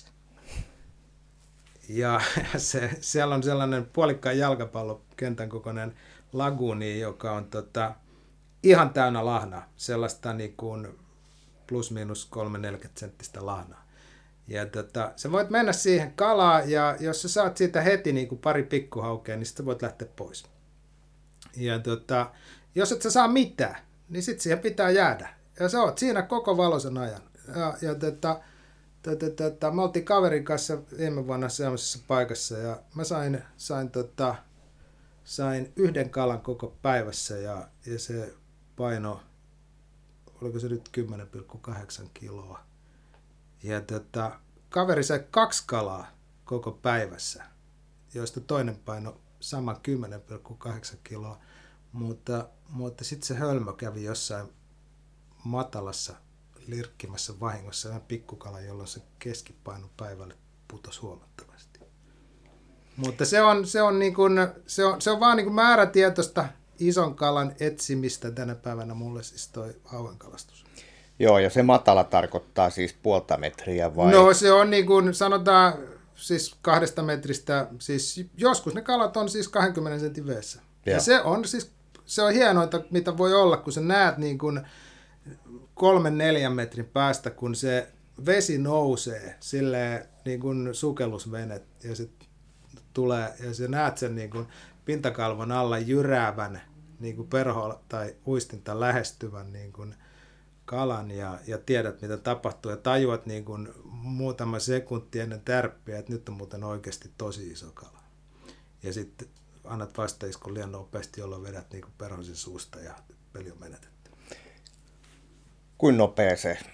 Speaker 1: Ja se, siellä on sellainen puolikkaan jalkapallokentän kokoinen laguuni, joka on tota, ihan täynnä lahnaa. Sellaista niin kuin plus miinus kolme neljäkymmentä senttistä lahnaa. Ja tota, sä voit mennä siihen kalaan ja jos sä saat siitä heti niin kuin pari pikkuhaukea, niin sitten voit lähteä pois. Ja tota, jos et sä saa mitään, niin sitten siihen pitää jäädä. Ja sä oot siinä koko valoisen ajan. Ja, ja tota, Tätä, tätä, me oltiin kaverin kanssa viime vuonna sellaisessa paikassa ja mä sain, sain, tota, sain yhden kalan koko päivässä ja, ja se paino, oliko se nyt kymmenen pilkku kahdeksan kiloa. Ja tota, kaveri sai kaksi kalaa koko päivässä, joista toinen paino sama kymmenen pilkku kahdeksan kiloa, mutta, mutta sitten se hölmö kävi jossain matalassa lirkkimässä vahingossa vähän pikkukala, jolloin se keskipaino päivälle putosi huomattavasti. Mutta se on, se on, niin kuin, se on, se on vaan niin kuin määrätietoista ison kalan etsimistä tänä päivänä mulle siis toi hauenkalastus.
Speaker 2: Joo, ja se matala tarkoittaa siis puolta metriä vai?
Speaker 1: No se on niin kuin sanotaan siis kahdesta metristä, siis joskus ne kalat on siis kaksikymmentä sentin veessä. Ja, ja se on siis, se on hienointa, mitä voi olla, kun sä näet niin kuin kolmen neljän metrin päästä, kun se vesi nousee silleen niin kuin sukellusvenet ja se tulee ja sä näet sen niin kuin pintakalvon alla jyräävän niin kuin perho tai uistinta lähestyvän niin kuin kalan ja, ja tiedät mitä tapahtuu ja tajuat niin kuin muutama sekunti ennen tärppiä, että nyt on muuten oikeasti tosi iso kala. Ja sitten annat vastaiskun liian nopeasti, jolloin vedät niin kuin perhosen suusta ja peli on menetetty.
Speaker 2: Kuinka nopea se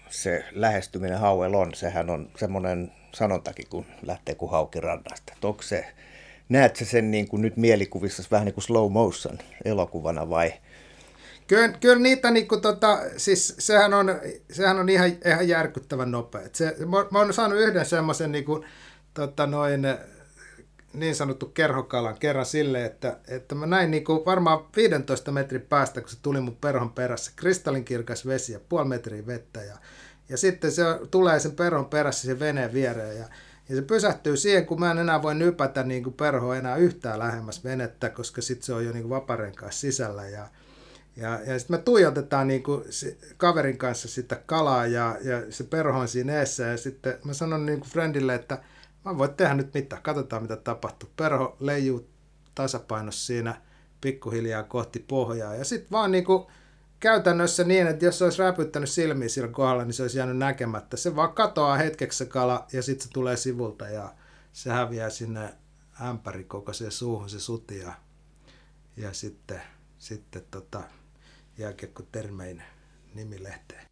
Speaker 2: se lähestyminen hauella on. Sehän on semmoinen sanontakin, kun lähtee kuin hauki rannasta. Onko se, näet sä sen niin kuin nyt mielikuvissa vähän niin kuin slow motion elokuvana vai?
Speaker 1: Kyllä, kyllä niitä, niin kuin, tota, siis sehän on, sehän on ihan, ihan järkyttävän nopea. Se, mä, mä oon saanut yhden semmoisen niin kuin, tota, noin, niin sanottu kerhokalan kerran silleen, että, että mä näin niin kuin varmaan viidentoista metrin päästä, kun se tuli mun perhon perässä, kristallinkirkas vesi ja puoli metriä vettä. Ja, ja sitten se tulee sen perhon perässä sen veneen viereen ja, ja se pysähtyy siihen, kun mä en enää voi nypätä niin kuin perhoa enää yhtään lähemmäs venettä, koska sitten se on jo niin kuin vaparenkaan sisällä. Ja, ja, ja sitten me tuijotetaan niin kuin kaverin kanssa sitä kalaa ja, ja se perho on siinä eessä. Ja sitten mä sanon niin kuin friendille, että mä voin tehdä nyt mitään, katsotaan mitä tapahtuu. Perho leijuu tasapainossa siinä pikkuhiljaa kohti pohjaa. Ja sitten vaan niin kuin käytännössä niin, että jos se olisi räpyttänyt silmiä sillä kohdalla, niin se olisi jäänyt näkemättä. Se vaan katoaa hetkeksi se kala ja sitten se tulee sivulta ja se häviää sinne ämpäri koko se suuhun se suti ja, ja sitten, sitten tota, jääkiekko termein nimilehteen.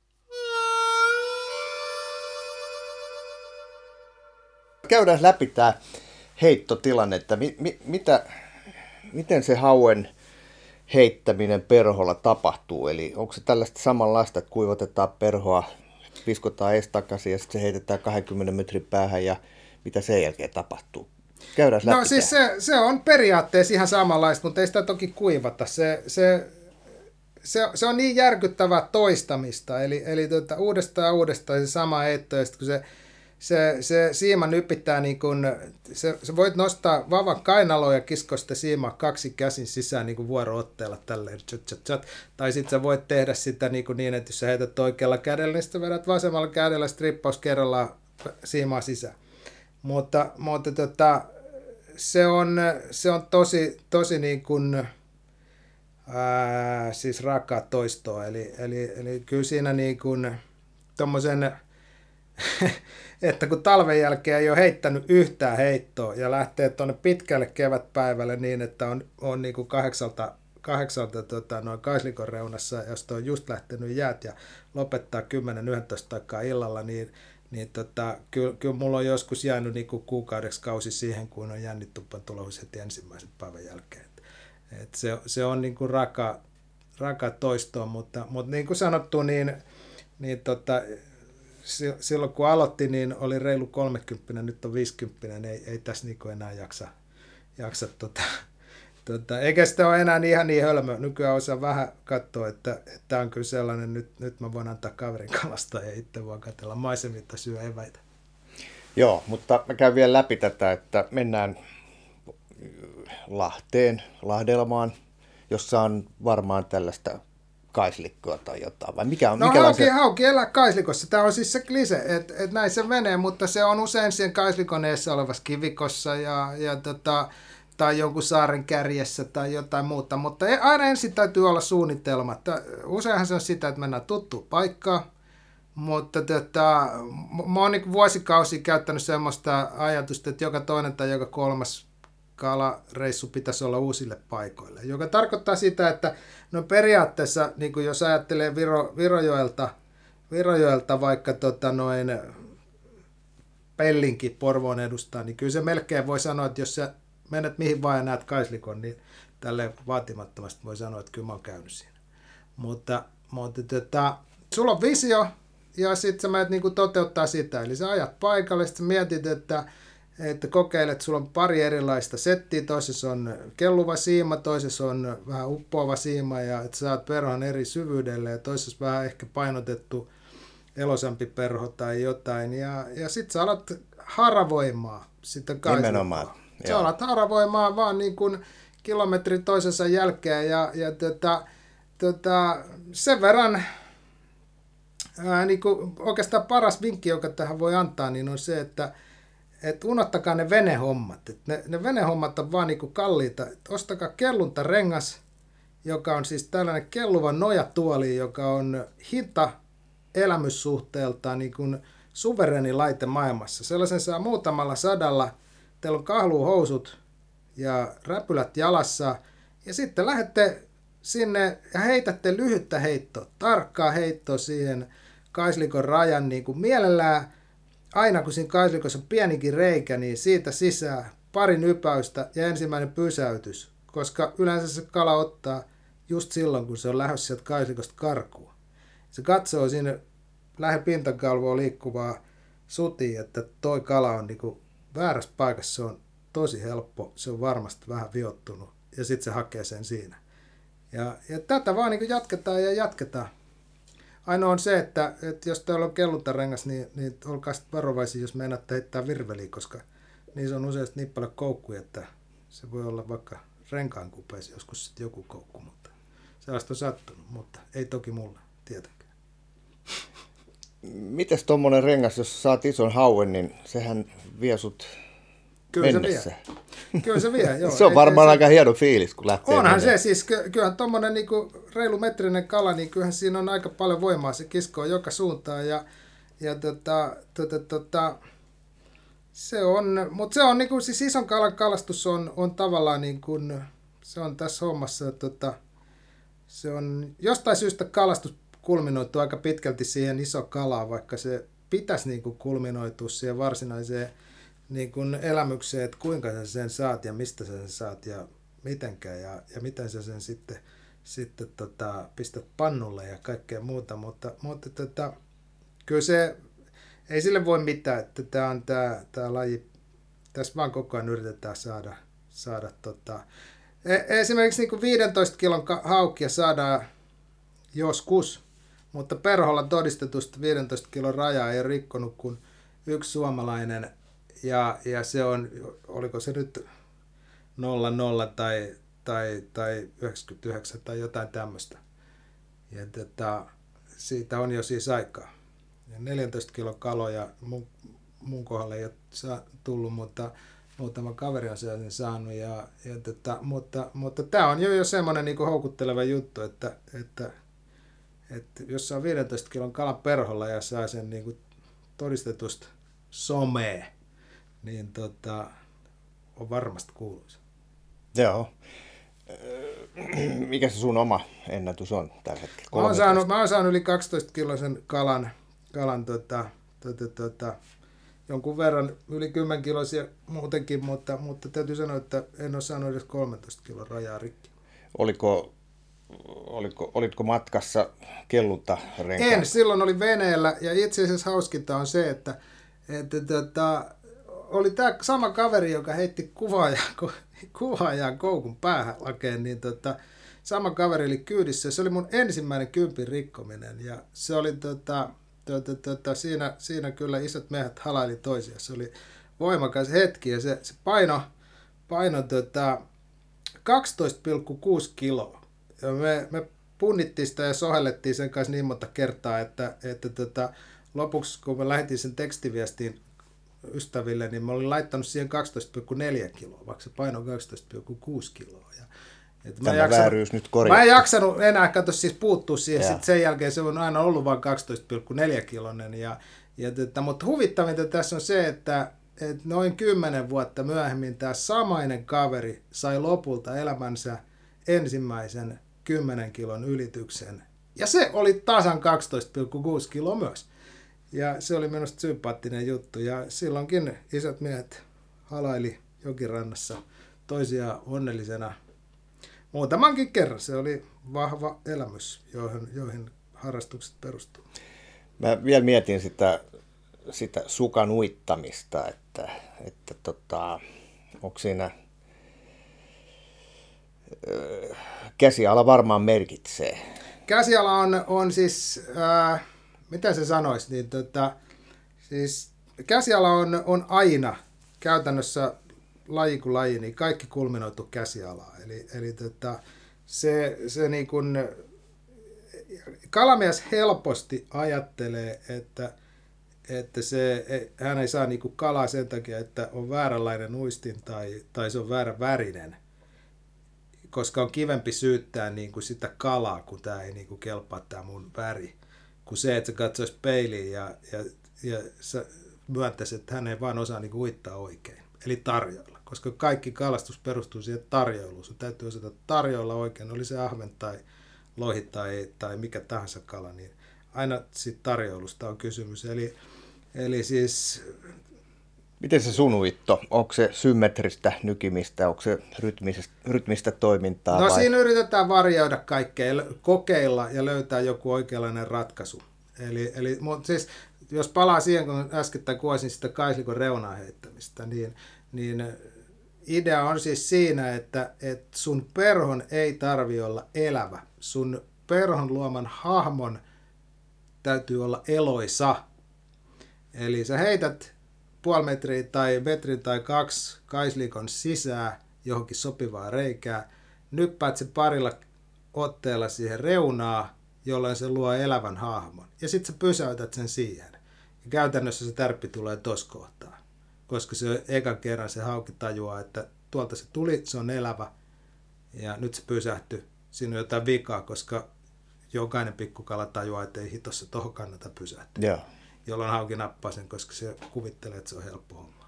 Speaker 2: Käydään läpi tämä heittotilanne, että mi, mi, mitä, miten se hauen heittäminen perholla tapahtuu. Eli onko se tällaista samanlaista, että kuivatetaan perhoa, viskotaan ees takaisin ja sitten se heitetään kaksikymmentä metrin päähän ja mitä sen jälkeen tapahtuu? Käydään läpi.
Speaker 1: No siis se, se on periaatteessa ihan samanlaista, mutta ei sitä toki kuivata. Se, se, se, se on niin järkyttävää toistamista, eli, eli tuota, uudestaan ja uudestaan se sama heitto, ja sitten kun se Se, se siima nypittää, niin kun, se, se voit nostaa vavan kainaloa ja kiskoa sitä siimaa kaksi käsin sisään niin kuin vuoro-otteella tälleen, tjat, tjat, tjat. Tai sitten sä voit tehdä sitä niin, kuin niin, että jos sä heität oikealla kädellä, niin sitten vedät vasemmalla kädellä strippaus kerrallaan siimaa sisään. Mutta, mutta tota, se, on, se on tosi, tosi niin kuin, ää, siis rakaa toistoa, eli, eli, eli kyllä siinä niin kuin tommosen että kun talven jälkeen ei ole heittänyt yhtään heittoa ja lähtee tuonne pitkälle kevätpäivälle niin, että on, on niin kuin kahdeksalta, kahdeksalta tota, noin Kaislikon reunassa, josta on just lähtenyt jäät ja lopettaa kymmenen yksitoista aikaa illalla, niin, niin tota, kyllä, kyllä mulla on joskus jäänyt niin kuin kuukaudeksi kausi siihen, kun on jännituppan tulos heti ensimmäisen päivän jälkeen. Et, et se, se on niin kuin raka, raka toistoa, mutta, mutta niin kuin sanottu, niin, niin tota, silloin kun aloitti, niin oli reilu kolmekymmentä, nyt on viisikymmentä, ei, ei tässä niin enää jaksa, jaksa tota, tota, eikä sitä ole enää ihan niin hölmö. Nykyään osaa vähän katsoa, että tämä on kyllä sellainen, nyt, nyt mä voin antaa kaverin kalastaa ja itse vaan katsella maisemilta syö eväitä.
Speaker 2: Joo, mutta mä käyn vielä läpi tätä, että mennään Lahteen, Lahdelmaan, jossa on varmaan tällaista kaislikkoa tai jotain, vai mikä on?
Speaker 1: No
Speaker 2: mikä
Speaker 1: hauki,
Speaker 2: se...
Speaker 1: hauki elää kaislikossa. Tämä on siis se klise, että et näin se menee, mutta se on usein siihen kaislikon eessä olevassa kivikossa ja, ja tota, tai jonkun saaren kärjessä tai jotain muuta, mutta aina ensin täytyy olla suunnitelma. Useinhan se on sitä, että mennään tuttuun paikkaan, mutta tota, mä oon niin vuosikausia käyttänyt semmoista ajatusta, että joka toinen tai joka kolmas kalareissu pitäisi olla uusille paikoille, joka tarkoittaa sitä, että no periaatteessa, niin kuin jos ajattelee Viro, Virojoelta, Virojoelta vaikka tota noin Pellinki Porvoon edustaa, niin kyllä se melkein voi sanoa, että jos sä menet mihin vaan ja näet kaislikon, niin tälleen vaatimattomasti voi sanoa, että kyllä mä oon käynyt siinä. Mutta, mutta tota, sulla on visio ja sitten sä menet niin kuin toteuttaa sitä, eli sä ajat paikalle, sitten mietit, että että kokeilet, että sulla on pari erilaista settiä, toisessa on kelluva siima, toisessa on vähän uppoava siima ja että saat perhon eri syvyydelle ja toisessa vähän ehkä painotettu elosampi perho tai jotain ja, ja sitten sä alat haravoimaa sitä kaislikkoa. Sä alat haravoimaa vaan niin kuin kilometrin toisensa jälkeen ja, ja tota, tota, sen verran ää, niin kuin oikeastaan paras vinkki, joka tähän voi antaa, niin on se, että että unohtakaa ne venehommat. Et ne, ne venehommat on vaan niinku kalliita. Et ostakaa kelluntarengas, joka on siis tällainen kelluva nojatuoli, joka on hinta elämyssuhteeltaan niin kuin suvereni laite maailmassa. Sellaisen saa muutamalla sadalla. Teillä on kahluhousut ja räpylät jalassa. Ja sitten lähdette sinne ja heitätte lyhyttä heittoa, tarkkaa heittoa siihen kaislikon rajan niin kuin mielellään, aina kun siinä kaislikossa on pienikin reikä, niin siitä sisään pari nypäystä ja ensimmäinen pysäytys, koska yleensä se kala ottaa just silloin, kun se on lähdössä sieltä kaislikosta karkuun. Se katsoo sinne lähe pintakalvoa liikkuvaa sutia, että toi kala on niin kuin väärässä paikassa, se on tosi helppo, se on varmasti vähän viottunut ja sitten se hakee sen siinä. Ja, ja tätä vaan niin jatketaan ja jatketaan. Ainoa on se, että, että jos teillä on kelluntarengas, niin, niin olkaa sitten varovaisia, jos meinaatte heittää virveliä, koska niissä on useasti niin paljon koukkuja, että se voi olla vaikka renkaan kupeessa joskus sitten joku koukku, mutta sellaista on sattunut, mutta ei toki mulle tietenkään.
Speaker 2: Mites tuommoinen rengas, jos saat ison hauen, niin sehän vie sut
Speaker 1: Kyllä
Speaker 2: mennessä.
Speaker 1: se vie. Kyllä se vie, joo.
Speaker 2: Se on
Speaker 1: ei,
Speaker 2: varmaan
Speaker 1: ei,
Speaker 2: aika hieno fiilis, kun lähtee
Speaker 1: Onhan
Speaker 2: menemään.
Speaker 1: se, siis kyllähän tuommoinen niinku reilu metrinen kala, niin kyllähän siinä on aika paljon voimaa, se kiskoo joka suuntaan ja, ja tota, tota, tota, se on, mutta se on niinku, siis ison kalan kalastus on, on tavallaan niin kuin, se on tässä hommassa, tota, se on jostain syystä kalastus kulminoituu aika pitkälti siihen iso kalaan, vaikka se pitäisi niinku kulminoitua siihen varsinaiseen niin kuin elämykseen, että kuinka sä sen saat ja mistä sä sen saat ja mitenkään ja, ja miten sä sen sitten, sitten tota, pistät pannulle ja kaikkea muuta, mutta, mutta tota, kyllä se, ei sille voi mitään, että tämä on tämä, tämä laji, tässä vaan koko ajan yritetään saada, saada tota, esimerkiksi niin kuin viidentoista kilon haukia saadaan joskus, mutta perholla todistetusta viidentoista kilon rajaa ei ole rikkonut kuin yksi suomalainen. Ja, ja se on, oliko se nyt nolla nolla tai, tai, tai yhdeksänkymmentäyhdeksän tai jotain tämmöistä. Ja tota, siitä on jo siis aikaa. Ja neljäntoista kilon kaloja mun, mun kohdalle ei ole saa, tullut, mutta muutama kaveri on sen saanut. Ja, ja tota, mutta mutta tämä on jo, jo semmoinen niin kuin houkutteleva juttu, että, että, että jos saa viidentoista kilon kalan perholla ja saa sen niin kuin todistetusta someen, niin tota, on varmasti kuuluisa.
Speaker 2: Joo. Mikä se sun oma ennätys on tällä hetkellä?
Speaker 1: Mä oon saanut, mä oon saanut yli kaksitoista kiloisen kalan, kalan tota, tota, tota, jonkun verran yli kymmenen kiloisia muutenkin, mutta, mutta täytyy sanoa, että en ole saanut edes kolmetoista kilon rajaa rikki.
Speaker 2: Oliko, oliko, olitko matkassa kelluntarenkaan?
Speaker 1: En, silloin oli veneellä ja itse asiassa hauskinta on se, että, että tota, oli tämä sama kaveri, joka heitti kuvaajan, kuvaajan koukun päähän lakeen, niin tota, sama kaveri oli kyydissä. Se oli mun ensimmäinen kympin rikkominen ja se oli tota, tota, tota, siinä, siinä kyllä isot miehet halaili toisiaan. Se oli voimakas hetki ja se, se paino, paino tota, kaksitoista pilkku kuusi kiloa. Ja me, me punnittiin sitä ja sohellettiin sen kanssa niin monta kertaa, että, että tota, lopuksi kun mä lähetin sen tekstiviestiin ystäville, niin mä olin laittanut siihen kaksitoista pilkku neljä kiloa, vaikka se paino on kaksitoista pilkku kuusi kiloa. Ja,
Speaker 2: Tämä mä vääryys nyt korjattu.
Speaker 1: Mä en jaksanut enää katso siis puuttua siihen, sitten sen jälkeen se on aina ollut vain kaksitoista pilkku neljä kilonen. Ja, ja tätä, mutta huvittavinta tässä on se, että, että noin kymmenen vuotta myöhemmin tämä samainen kaveri sai lopulta elämänsä ensimmäisen kymmenen kilon ylityksen. Ja se oli tasan kaksitoista pilkku kuusi kiloa myös. Ja se oli minusta sympaattinen juttu. Ja silloinkin isot miehet halaili jokirannassa toisiaan onnellisena muutamankin kerran. Se oli vahva elämys, joihin, joihin harrastukset perustuu.
Speaker 2: Mä vielä mietin sitä, sitä sukan uittamista, että, että tota, onko siinä äh, käsiala varmaan merkitsee.
Speaker 1: Käsiala on, on siis, äh, mitä se sanoisi, niin tota, siis käsiala on, on aina käytännössä laji kuin laji, niin kaikki kulminoitu käsialaa. Eli, eli tota, se, se niin kuin, kalamies helposti ajattelee, että, että se, hän ei saa niin kuin kalaa sen takia, että on vääränlainen uistin tai, tai se on väärän värinen, koska on kivempi syyttää niin kuin sitä kalaa, kun tämä ei niin kuin kelpaa tämä mun väri, kuin se, että se katsoisi peiliin ja, ja, ja myöntäisi, että hän ei vaan osaa niin kuin uittaa oikein, eli tarjoilla. Koska kaikki kalastus perustuu siihen tarjoiluun. Se täytyy osata tarjoilla oikein, oli se ahven tai lohi tai, tai mikä tahansa kala, niin aina siitä tarjoulusta on kysymys. Eli, eli siis...
Speaker 2: Miten se sun uitto? Onko se symmetristä nykimistä, onko se rytmistä, rytmistä toimintaa?
Speaker 1: No
Speaker 2: vai?
Speaker 1: Siinä yritetään varjoida kaikkea, kokeilla ja löytää joku oikeanlainen ratkaisu. Eli, eli mutta siis, jos palaa siihen, kun äskettäin kuvasin sitä kaislikon reunaa heittämistä, niin, niin idea on siis siinä, että, että sun perhon ei tarvi olla elävä. Sun perhon luoman hahmon täytyy olla eloisa. Eli sä heität puoli metriä tai metrin tai kaksi kaislikon sisään johonkin sopivaa reikää, nyppäät sen parilla otteella siihen reunaa, jolloin se luo elävän hahmon. Ja sitten sä pysäytät sen siihen. Ja käytännössä se tärppi tulee tuossa kohtaa, koska se ekan kerran se hauki tajuaa, että tuolta se tuli, se on elävä, ja nyt se pysähtyi. Siinä on jotain vikaa, koska jokainen pikkukala tajuaa, että ei hitossa tohon kannata pysähtyä.
Speaker 2: Joo.
Speaker 1: Jolloin hauki nappaa sen, koska se kuvittelee, että se on helppo homma.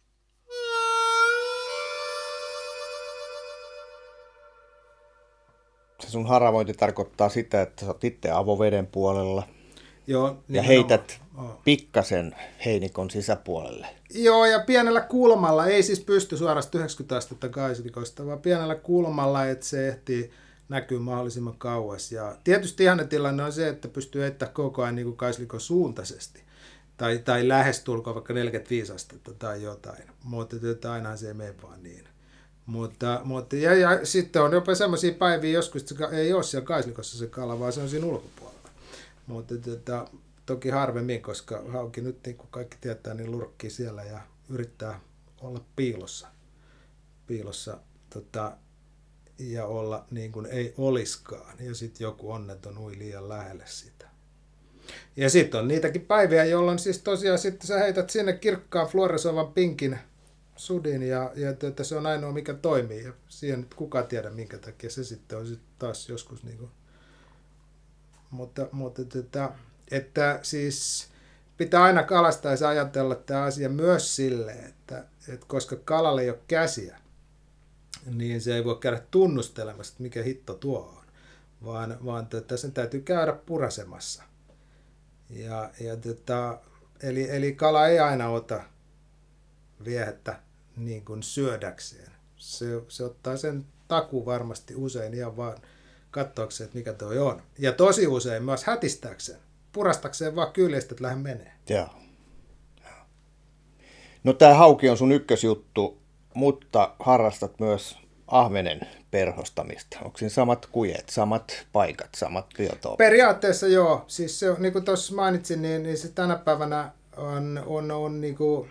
Speaker 2: Se sun haravointi tarkoittaa sitä, että sä oot itse avoveden puolella.
Speaker 1: Joo,
Speaker 2: ja heität
Speaker 1: oh.
Speaker 2: pikkasen heinikon sisäpuolelle.
Speaker 1: Joo, ja pienellä kulmalla, ei siis pysty suorasta yhdeksänkymmentä astetta kaislikosta, vaan pienellä kulmalla, että se ehtii näkyy mahdollisimman kauas. Ja tietysti ihannetilanne on se, että pystyy heittämään koko ajan niin kuin kaislikon suuntaisesti. Tai, tai lähestulkoon vaikka neljäkymmentäviisi astetta tai jotain. Mutta ainahan se ei mene vaan niin. Mutta, mutta ja, ja sitten on jopa semmoisia päiviä joskus, että se ei ole siellä kaislikossa se kala, vaan se on siinä ulkopuolella. Mutta tota, toki harvemmin, koska hauki nyt, niin kuin kaikki tietää, niin lurkkii siellä ja yrittää olla piilossa. Piilossa tota, ja olla niin kuin ei oliskaan. Ja sitten joku onneton ui liian lähelle sitä. Ja sitten on niitäkin päiviä, jolloin siis tosiaan sitten sä heität sinne kirkkaan fluoresoivan pinkin sudin ja, ja että se on ainoa mikä toimii. Ja siihen nyt kukaan tiedä minkä takia se sitten on sitten taas joskus niin kuin. Mutta, mutta että, että siis pitää aina kalastaessa ajatella tämä asia myös silleen, että, että koska kalalle ei ole käsiä, niin se ei voi käydä tunnustelemassa, mikä hitto tuo on, vaan, vaan että sen täytyy käydä purasemassa. Ja, ja tota, eli, eli kala ei aina ota viehettä niin kuin syödäkseen. Se, se ottaa sen taku varmasti usein ihan vaan katsoakseen, että mikä toi on. Ja tosi usein myös hätistääkseen, purastakseen vaan kyljestä, että lähde menee.
Speaker 2: Joo. No tää hauki on sun ykkösjuttu, mutta harrastat myös ahvenen perhostamista. Onko siinä samat kujet, samat paikat, samat biotoopit?
Speaker 1: Periaatteessa joo. Siis se, niin kuin tuossa mainitsin, niin, niin se tänä päivänä on, on, on niin kuin,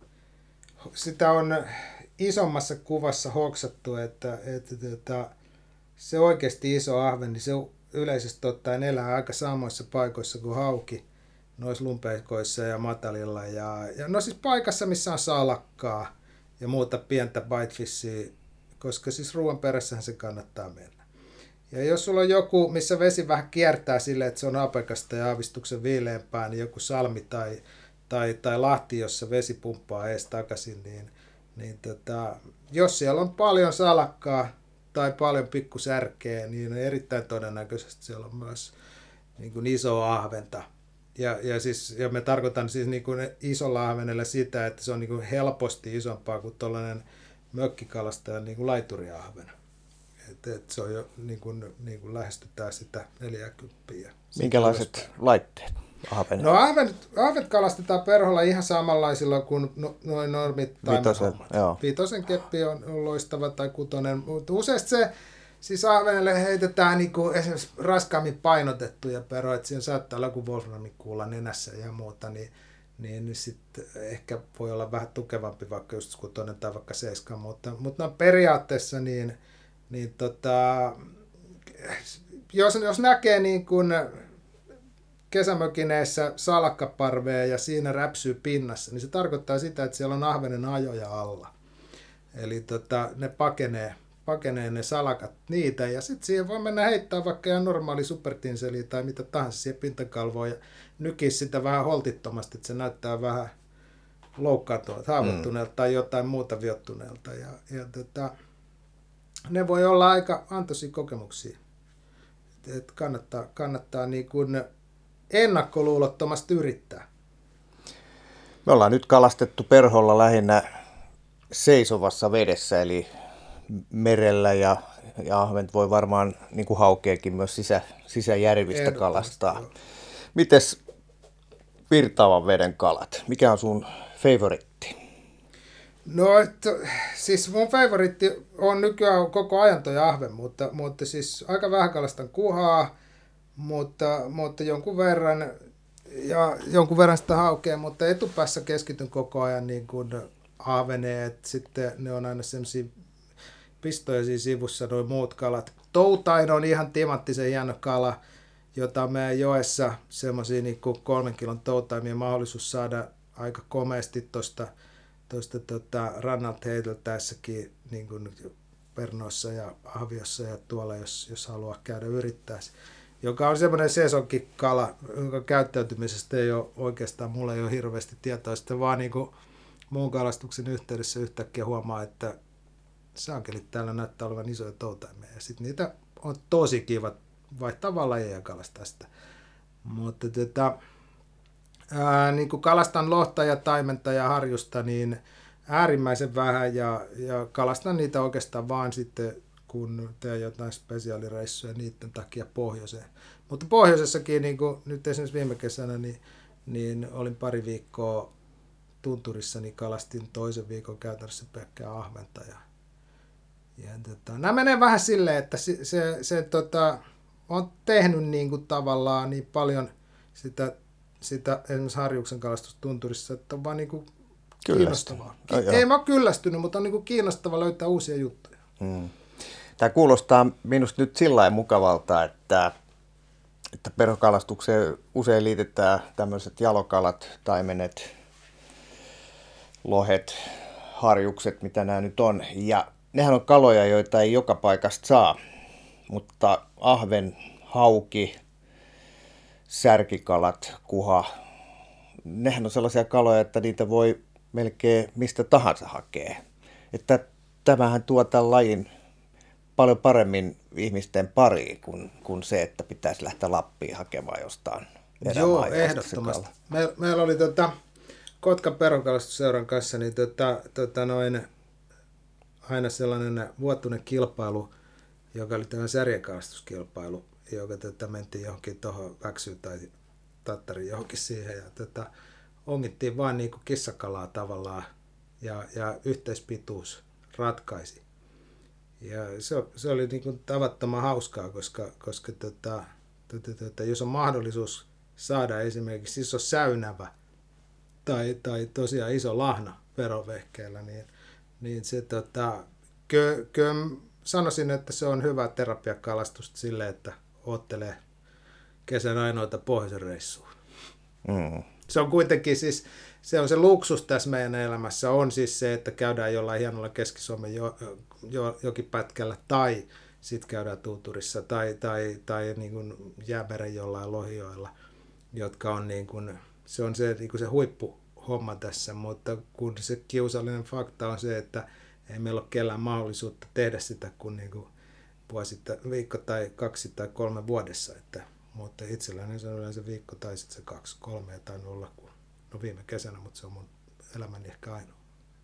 Speaker 1: sitä on isommassa kuvassa hoksattu, että, että, että se oikeasti iso ahven, niin se yleisesti ottaen elää aika samoissa paikoissa kuin hauki, noissa lumpeikoissa ja matalilla. Ja, ja no siis paikassa, missä on salakkaa ja muuta pientä bitefishia, koska siis ruoan perässähän se kannattaa mennä. Ja jos sulla on joku, missä vesi vähän kiertää silleen, että se on apekasta ja aavistuksen viileämpää, niin joku salmi tai, tai, tai lahti, jossa vesi pumppaa ees takaisin, niin, niin tota, jos siellä on paljon salakkaa tai paljon pikkusärkeä, niin erittäin todennäköisesti siellä on myös niin kuin isoa ahventa. Ja, ja, siis, ja me tarkoitan siis niin kuin isolla ahvenella sitä, että se on niin kuin helposti isompaa kuin tuollainen mökkikalastajan niin kuin laituriahven. Et, et se on jo niin kuin, niin kuin lähestytään sitä neljäkymmentä.
Speaker 2: Minkälaiset laitteet ahvenille?
Speaker 1: No ahvet, ahvet kalastetaan perholla ihan samanlaisilla kuin no, noin normit
Speaker 2: Vitosen, joo.
Speaker 1: Vitosen keppi on loistava tai kutonen, mutta useasti se siis ahvenelle heitetään niin kuin esimerkiksi raskaammin painotettuja perhoja, että siinä saattaa olla joku wolframikuula nenässä ja muuta, niin niin, niin sitten ehkä voi olla vähän tukevampi vaikka just kutonen tai vaikka seiska, mutta, mutta no periaatteessa niin, niin tota, jos, jos näkee niin kuin kesämökineissä salakkaparvea ja siinä räpsyy pinnassa, niin se tarkoittaa sitä, että siellä on ahvenen ajoja alla. Eli tota, ne pakenee, pakenee ne salakat niitä ja sitten siihen voi mennä heittää vaikka ihan normaali supertinseli tai mitä tahansa siihen pintakalvoon ja nykiä sitä vähän holtittomasti, että se näyttää vähän loukkaantuneelta, haavoittuneelta mm. tai jotain muuta viottuneelta. Ja, ja tota, ne voi olla aika antoisia kokemuksia. Et kannattaa kannattaa niin kun ennakkoluulottomasti yrittää.
Speaker 2: Me ollaan nyt kalastettu perholla lähinnä seisovassa vedessä, eli merellä, ja, ja ahvent voi varmaan, niin kuin haukeakin, myös sisä, sisäjärvistä kalastaa. Mites virtaavan veden kalat? Mikä on sun favoritti?
Speaker 1: No, et, siis mun favoritti on nykyään koko ajan toi ahven, mutta, mutta siis aika vähän kalastan kuhaa, mutta, mutta jonkun verran, ja jonkun verran sitä haukea, mutta etupäässä keskityn koko ajan niin kuin ahveneen, että sitten ne on aina sellaisia pistoja siinä sivussa, nuo muut kalat. Toutain on ihan timanttisen hieno kala, jota meidän joessa semmoisia niin kuin kolmen kilon toutaimia mahdollisuus saada aika komeasti tuosta tuosta tota, rannalta heiteltäessäkin niin kuin Pernoissa ja Ahviossa ja tuolla, jos, jos haluaa käydä yrittää. Joka on semmoinen sesonkikala, jonka käyttäytymisestä ei ole oikeastaan, mulla ei ole hirveästi tietoa. Sitten vaan niin kuin muun kalastuksen yhteydessä yhtäkkiä huomaa, että saakelit täällä näyttää olevan isoja toutaimia. Ja sitten niitä on tosi kiva vaihtaa vaan lajeja kalastaa sitä. Mutta tota, ää, niin kuin kalastan lohta ja taimenta ja harjusta, niin äärimmäisen vähän ja, ja kalastan niitä oikeastaan vaan sitten, kun teen jotain spesiaalireissuja niiden takia pohjoiseen. Mutta pohjoisessakin, niin kuin nyt esimerkiksi viime kesänä, niin, niin olin pari viikkoa tunturissa, niin kalastin toisen viikon käytännössä pelkkää ahventa. Ja, ja tota, nämä menee vähän silleen, että se, se, se tota, on tehnyt niin kuin tavallaan niin paljon sitä, sitä esimerkiksi harjuksen kalastusta tunturissa, että on vaan niin kuin kiinnostavaa.
Speaker 2: Oh,
Speaker 1: ei mä ole kyllästynyt, mutta on niin kuin kiinnostavaa löytää uusia juttuja.
Speaker 2: Hmm. Tämä kuulostaa minusta nyt sillä lailla mukavalta, että, että perhokalastukseen usein liitetään tämmöiset jalokalat, taimenet, lohet, harjukset, mitä nämä nyt on. Ja nehän on kaloja, joita ei joka paikasta saa, mutta ahven, hauki, särkikalat, kuha, nehän on sellaisia kaloja, että niitä voi melkein mistä tahansa hakea. Että tämähän tuo tämän lajin paljon paremmin ihmisten pariin kuin, kuin se, että pitäisi lähteä Lappiin hakemaan jostain
Speaker 1: Joo, ehdottomasti. Meillä, meillä oli tota, Kotkan perhokalastusseuran kanssa niin tota, tota noin, aina sellainen vuotuinen kilpailu, joka oli tämä särjekalastuskilpailu, joka tota, mentiin johonkin tuohon Väksyyn tai Tattariin johonkin siihen ja tota, ongittiin vaan niin kuin kissakalaa tavallaan ja, ja yhteispituus ratkaisi. Ja se, se oli niin kuin tavattoman hauskaa, koska, koska tota, tota, tota, jos on mahdollisuus saada esimerkiksi iso säynävä tai, tai tosiaan iso lahna verovehkeellä, niin, niin se tota, kö, kö, sanoisin, että se on hyvä terapiakalastusta sille, että oottelee kesän ainoita pohjoisen reissuun. Mm. Se on kuitenkin siis, se on se luksus tässä meidän elämässä, on siis se, että käydään jollain hienolla Keski-Suomen jo, jo, jokipätkällä tai sitten käydään Tuuturissa tai, tai, tai niin kuin Jäämeren jollain Lohioilla, jotka on niin kuin, se on se, niin kuin se huippuhomma tässä, mutta kun se kiusallinen fakta on se, että ei meillä ole kellään mahdollisuutta tehdä sitä kuin, niin kuin vuosi, viikko tai kaksi tai kolme vuodessa, että mutta itselläni se on yleensä viikko tai sitten se kaksi, kolme tai nolla, no viime kesänä, mutta se on mun elämäni ehkä ainoa.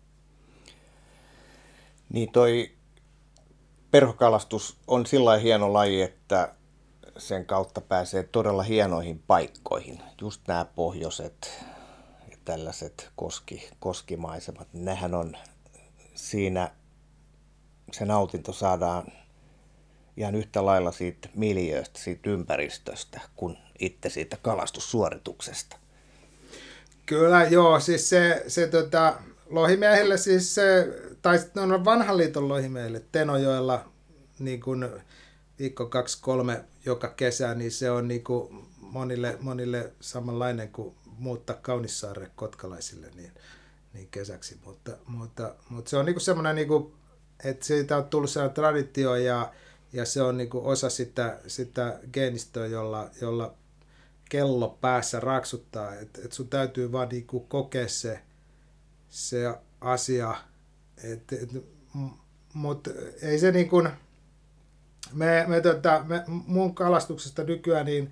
Speaker 2: Niin toi perhokalastus on sillä hieno laji, että sen kautta pääsee todella hienoihin paikkoihin. Just nämä pohjoiset ja tällaiset koski, koskimaisemat, nehän on siinä, se nautinto saadaan ihan yhtä lailla siitä miljööstä, siitä ympäristöstä, kuin itse siitä kalastussuorituksesta.
Speaker 1: Kyllä, joo, siis se, se tota, lohimiehille, siis se, tai no vanhan liiton lohimiehille Tenojoella niin kuin viikko, kaksi, kolme joka kesä, niin se on niin kuin monille, monille samanlainen kuin muuttaa Kaunissaarelle kotkalaisille niin, niin kesäksi, mutta, mutta, mutta se on niin kuin semmoinen, niin kuin, että siitä on tullut sellainen traditio ja Ja se on niin kuin osa sitä, sitä geenistöä, jolla, jolla kello päässä raksuttaa. Että et sun täytyy vaan niin kuin kokea se, se asia. Et, et, mutta ei se niin kuin, me, me, tota, me, mun kalastuksesta nykyään niin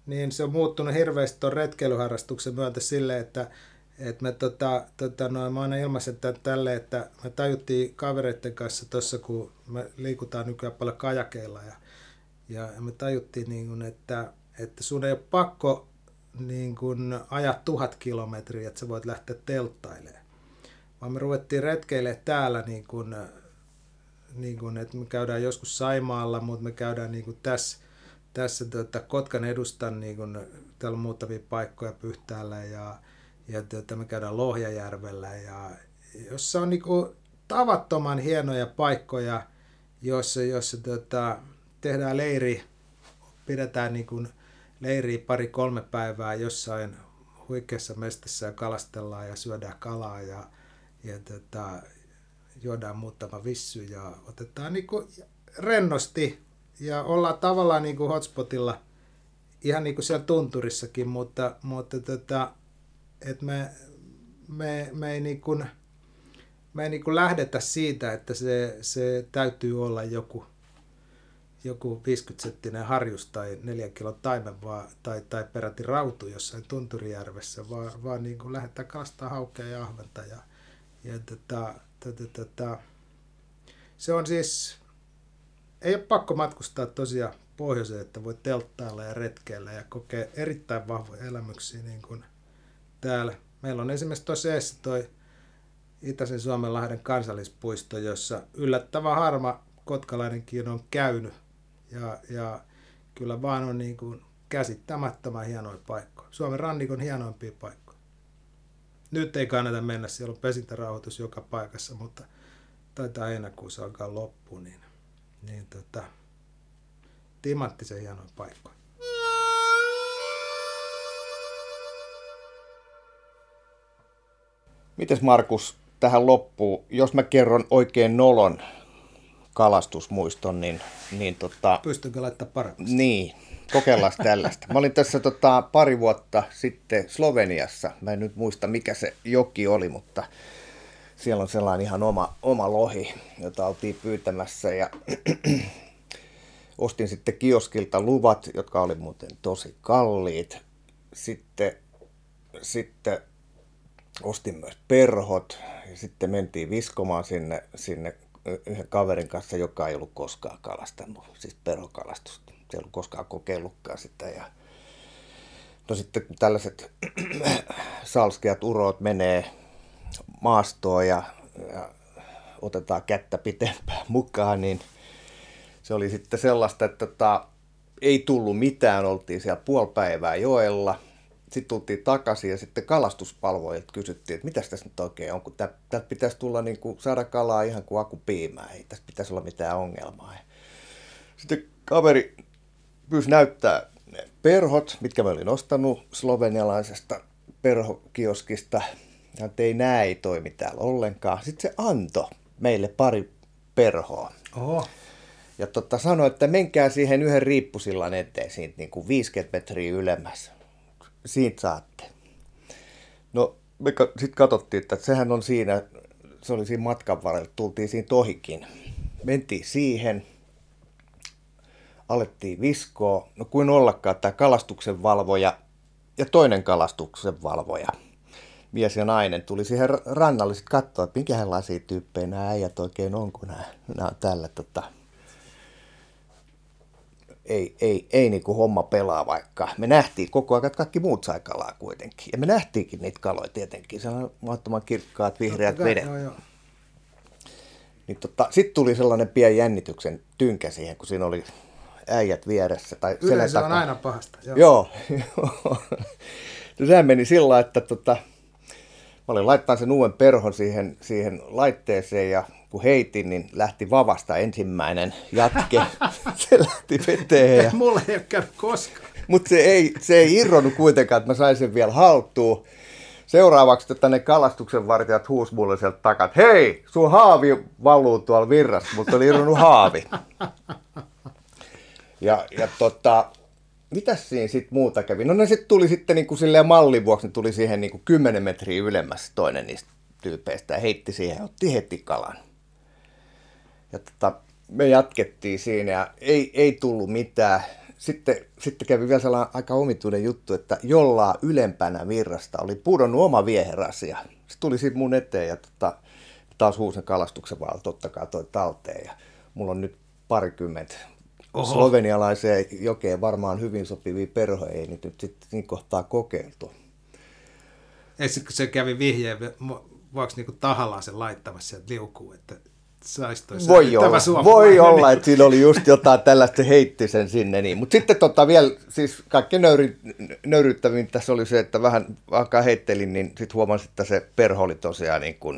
Speaker 1: niin se on muuttunut hirveästi tuon retkeilyharrastuksen myötä silleen, että et me tota, tota, noin, mä aina ilmaisin tälle, että me tajuttiin kavereiden kanssa tuossa, kun me liikutaan nykyään paljon kajakeilla ja, ja me tajuttiin, niin kun, että, että sun ei ole pakko niin kun, ajaa tuhat kilometriä, että sä voit lähteä telttailemaan. Vaan me ruvettiin retkeilemään täällä, niin kun, niin kun, että me käydään joskus Saimaalla, mutta me käydään niin kun tässä, tässä tota, Kotkan edustan, niin kun, täällä on muutamia paikkoja Pyhtäällä ja Ja tuota, me käydään Lohjajärvellä, ja jossa on niinku tavattoman hienoja paikkoja, joissa, jossa tuota, tehdään leiri, pidetään niinku leiriä pari-kolme päivää jossain huikeassa mestessä ja kalastellaan ja syödään kalaa ja, ja tuota, juodaan muutama vissy ja otetaan niinku rennosti ja ollaan tavallaan niinku hotspotilla ihan niinku siellä tunturissakin, mutta, mutta tuota, että me, me, me ei, niin kuin, me ei niin kuin lähdetä siitä, että se, se täytyy olla joku, joku viisikymmentä senttinen harjus tai neljä kilon taimen vaan, tai, tai peräti rautu jossain Tunturijärvessä, vaan, vaan niin kuin lähdetään kalastaa haukea ja ahventa. Ja, ja tätä, tätä, tätä. Se on siis, ei ole pakko matkustaa tosiaan pohjoiseen, että voi telttailla ja retkeillä ja kokea erittäin vahvoja elämyksiä niin kuin täällä. Meillä on esimerkiksi tuossa eessä toi Itäisen Suomenlahden kansallispuisto, jossa yllättävän harma kotkalainenkin on käynyt. Ja, ja kyllä vaan on niin kuin käsittämättömän hienoja paikkoja. Suomen rannikon hienoimpia paikkoja. Nyt ei kannata mennä, siellä on pesintärauhoitus joka paikassa, mutta taitaa heinäkuussa alkaa loppuun. Niin, niin tota, timanttisen hienoja paikkoja.
Speaker 2: Mites Markus, tähän loppuun, jos mä kerron oikein nolon kalastusmuiston, niin... niin tota,
Speaker 1: pystynkö laittaa paremmin?
Speaker 2: Niin, kokeillaan tällaista. Mä olin tässä tota, pari vuotta sitten Sloveniassa. Mä en nyt muista, mikä se joki oli, mutta siellä on sellainen ihan oma, oma lohi, jota oltiin pyytämässä. Ja ostin sitten kioskilta luvat, jotka oli muuten tosi kalliit. Sitten... sitten ostin myös perhot ja sitten mentiin viskomaan sinne, sinne yhden kaverin kanssa, joka ei ollut koskaan kalastanut, siis perhokalastusta. Se ei ollut koskaan kokeillutkaan sitä. Ja no sitten kun tällaiset salskeat urot menee maastoon ja, ja otetaan kättä pitempään mukaan, niin se oli sitten sellaista, että tota, ei tullut mitään, oltiin siellä puoli päivää joella. Sitten tultiin takaisin ja sitten kalastuspalvoilta kysyttiin, että mitäs tässä nyt oikein on, kun täältä pitäisi tulla niin kuin, saada kalaa ihan kuin akupiimää, ei tässä pitäisi olla mitään ongelmaa. Sitten kaveri pyysi näyttää ne perhot, mitkä mä olin ostanut slovenialaisesta perhokioskista. Hän ei näe, ei toimi täällä ollenkaan. Sitten se antoi meille pari perhoa.
Speaker 1: Oho.
Speaker 2: Ja tota, sanoi, että menkää siihen yhden riippusillan eteen siitä niin kuin viisikymmentä metriä ylemmäs. Siitä saatte. No me sitten katsottiin, että sehän on siinä, se oli siinä matkan varrella, tultiin siinä ohikin. Mentiin siihen, alettiin viskoa, no kuin ollakaan tämä kalastuksen valvoja ja toinen kalastuksen valvoja, mies ja nainen, tuli siihen rannalle sitten katsoa, että minkälaisia tyyppejä nämä äijät oikein on, kun nämä, nämä on tällä tota, ei, ei, ei niin kuin homma pelaa, vaikka me nähtiin koko ajan, että kaikki muut sai kalaa kuitenkin. Ja me nähtiinkin niitä kaloja tietenkin, se on mahdottoman kirkkaat vihreät vedet. Niin tota, sitten tuli sellainen pieni jännityksen tynkä siihen, kun siinä oli äijät vieressä. Tai
Speaker 1: yleensä on aina pahasta.
Speaker 2: Joo, joo. No sehän meni sillä, että tota, mä olin laittanut sen uuden perhon siihen, siihen laitteeseen ja kun heitin, niin lähti vavasta ensimmäinen jatke. Se lähti veteen. Ja...
Speaker 1: Mulla ei ole käynyt koskaan.
Speaker 2: Mutta se ei, se ei irronnut kuitenkaan, että mä sain sen vielä haltuun. Seuraavaksi tänne kalastuksen vartijat huusi mulle sieltä takaa, että hei, sun haavi valuu tuolla virrassa, mutta oli irronnut haavi. Ja, ja tota, mitäs siinä sitten muuta kävi? No ne sitten tuli sitten niin kuin silleen mallin vuoksi, ne tuli siihen niin kuin kymmenen metriä ylemmässä toinen niistä tyypeistä ja heitti siihen ja otti heti kalan. Ja tota, me jatkettiin siinä ja ei, ei tullut mitään. sitten, sitten kävi vielä sellainen aika omituinen juttu, että jollain ylempänä virrasta oli pudonnut oma vieherasia. Se tuli siitä mun eteen ja tota, taas huusin kalastuksen vaan totta kai toi talteen. Ja mulla on nyt parikymmentä Oho. slovenialaiseen jokeen varmaan hyvin sopivia perhoja, ei nyt sitten niin kohtaa kokeiltu.
Speaker 1: Eikö se kävi vihjeen, voiko niinku tahallaan sen laittamassa sieltä liukuun, että saisi toi
Speaker 2: voi olla, voi olla, että siinä oli just jotain tällaista, heitti sen sinne. Niin. Mutta sitten tota vielä, siis kaikkein nöyry, nöyryyttävin tässä oli se, että vähän alkaa heittelin, niin sitten huomasin, että se perho oli tosiaan niin kuin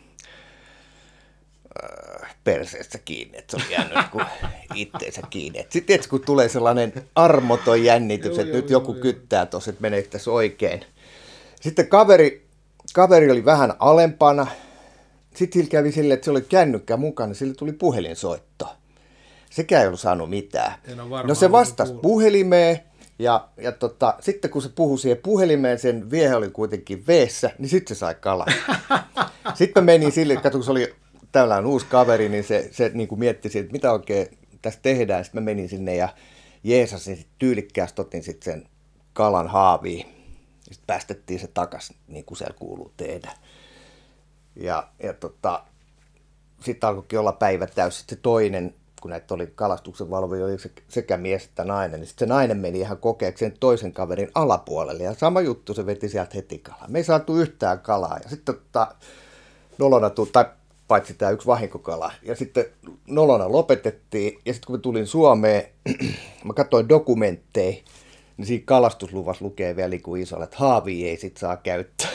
Speaker 2: äh, perseessä kiinni, että se oli jäänyt niin kuin itteensä kiinni. Sitten tietysti kun tulee sellainen armoton jännitys, joo, että joo, nyt joo, joku joo. kyttää tuossa, että meneekö tässä oikein. Sitten kaveri, kaveri oli vähän alempana. Sitten sillä kävi silleen, että se oli kännykkä mukana, sille tuli puhelinsoitto. Sekään ei ollut saanut mitään. No se vastasi puhelimeen, ja, ja tota, sitten kun se puhui siihen puhelimeen, sen viehe oli kuitenkin veessä, niin sitten se sai kalan. Sitten mä menin sille, että kun se oli tällainen uusi kaveri, niin se, se niin kuin mietti siitä, että mitä oikein tässä tehdään. Sitten mä menin sinne ja jeesasin sit tyylikkäästi, otin sitten sen kalan haaviin. Sitten päästettiin se takaisin, niin kuin siellä kuuluu tehdä. Ja, ja tota, sitten alkoikin olla päivä täysi. Sitten se toinen, kun näitä oli kalastuksen valvoja, oli sekä mies että nainen, niin sitten se nainen meni ihan kokeeksi toisen kaverin alapuolelle. Ja sama juttu, se veti sieltä heti kalaa. Me ei saatu yhtään kalaa. Ja sitten tota, nolona tuli, tai paitsi tämä yksi vahinkokala. Ja sitten nolona lopetettiin. Ja sitten kun mä tulin Suomeen, mä katsoin dokumentteja. Niin siinä kalastusluvassa lukee vielä kuin isolla, että haavia ei sit saa käyttää.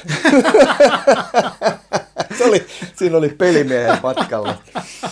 Speaker 2: Se oli, siinä oli pelimiehen matkalla.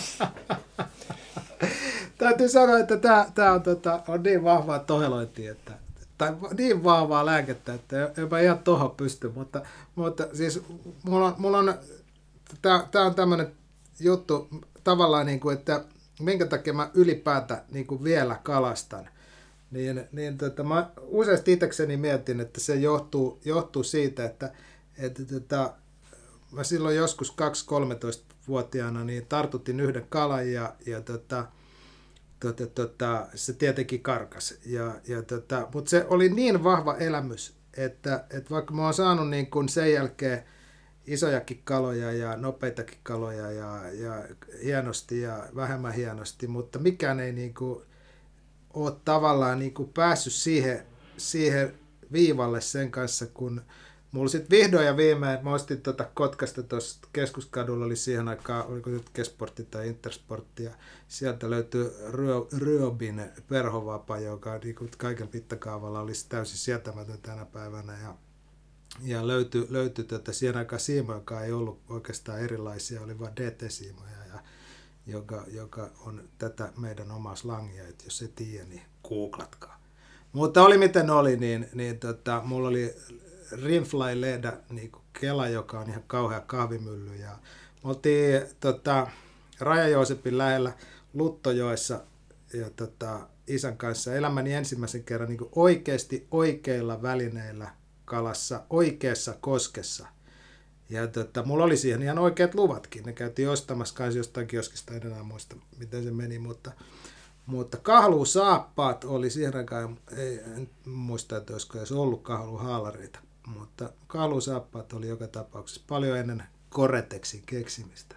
Speaker 1: Täytyy sanoa, että tämä on, tota, on niin vahvaa tohelointia, että, tai niin vahvaa lääkettä, että jopa ihan tohon pysty, mutta, mutta siis mulla on, mulla on tämä on tämmöinen juttu tavallaan, niin kuin, että minkä takia mä ylipäätään niin kuin vielä kalastan. Niin, niin tota, mä useasti itsekseni mietin, että se johtuu, johtuu siitä, että, että tota, mä silloin joskus kaksi-kolmetoista-vuotiaana niin tartutin yhden kalan ja, ja tota, tota, tota, se tietenkin karkas. Ja, ja tota, mutta se oli niin vahva elämys, että, että vaikka mä oon saanut niin kun sen jälkeen isojakin kaloja ja nopeitakin kaloja ja, ja hienosti ja vähemmän hienosti, mutta mikään ei niin kuin ole tavallaan niin kuin päässyt siihen, siihen viivalle sen kanssa, kun mulla sitten vihdoin ja viimein, mä ostin tuota Kotkasta tuossa Keskuskadulla, oli siihen aikaan, oliko nyt Kesportti tai Intersportti, ja sieltä löytyi Ryobin perhovapa, joka niin kuin kaiken mittakaavalla olisi täysin sietämätön tänä päivänä, ja, ja löytyi, löytyi tuota, siihen aikaan siimoja, joka ei ollut oikeastaan erilaisia, oli vain D T-siimoja, ja Joka, joka on tätä meidän omaa slangia, että jos et tiedä, niin googlatkaa. Mutta oli miten oli, niin, niin tota, mulla oli Rimfly Leda niin kela, joka on ihan kauhea kahvimylly. Ja me oltiin tota, Raja-Joosepin lähellä Luttojoessa ja tota, isän kanssa elämäni ensimmäisen kerran niin oikeasti oikeilla välineillä kalassa, oikeassa koskessa. Ja tota, mulla oli siihen ihan oikeat luvatkin. Ne käytiin ostamassa kanssa jostain kioskista, en enää muista, miten se meni. Mutta, mutta kahluusaappaat oli siihen aikaan, ei, en muista, että olisiko edes ollut kahluuhaalareita. Mutta kahluusaappaat oli joka tapauksessa paljon ennen Gore-Texin keksimistä.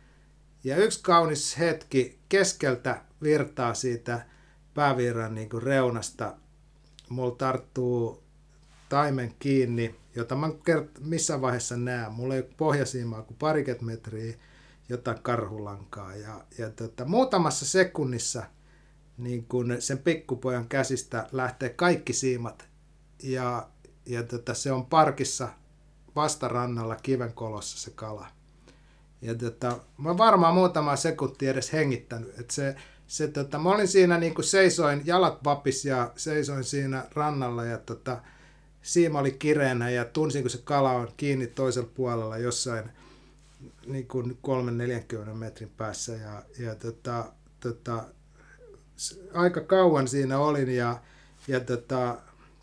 Speaker 1: Ja yksi kaunis hetki keskeltä virtaa siitä päävirran niin kuin reunasta. Mulla tarttuu taimen kiinni, jota mä kert- missään vaiheessa näen. Mulla ei ole pohjasiimaa kuin parikymmentä metriä, jotain karhulankaa. Ja, ja tota, muutamassa sekunnissa niin kun sen pikkupojan käsistä lähtee kaikki siimat. Ja, ja tota, se on parkissa vastarannalla kivenkolossa se kala. Ja tota, mä varmaan muutama sekunti edes hengittänyt. Et se, se, tota, mä olin siinä, niin kun seisoin jalat vapis ja seisoin siinä rannalla ja tota, siima oli kireänä ja tunsin, kun se kala on kiinni toisella puolella jossain niin kuin kolmekymmentä neljäkymmentä metrin päässä. Ja, ja tota, tota, aika kauan siinä olin ja, ja tota,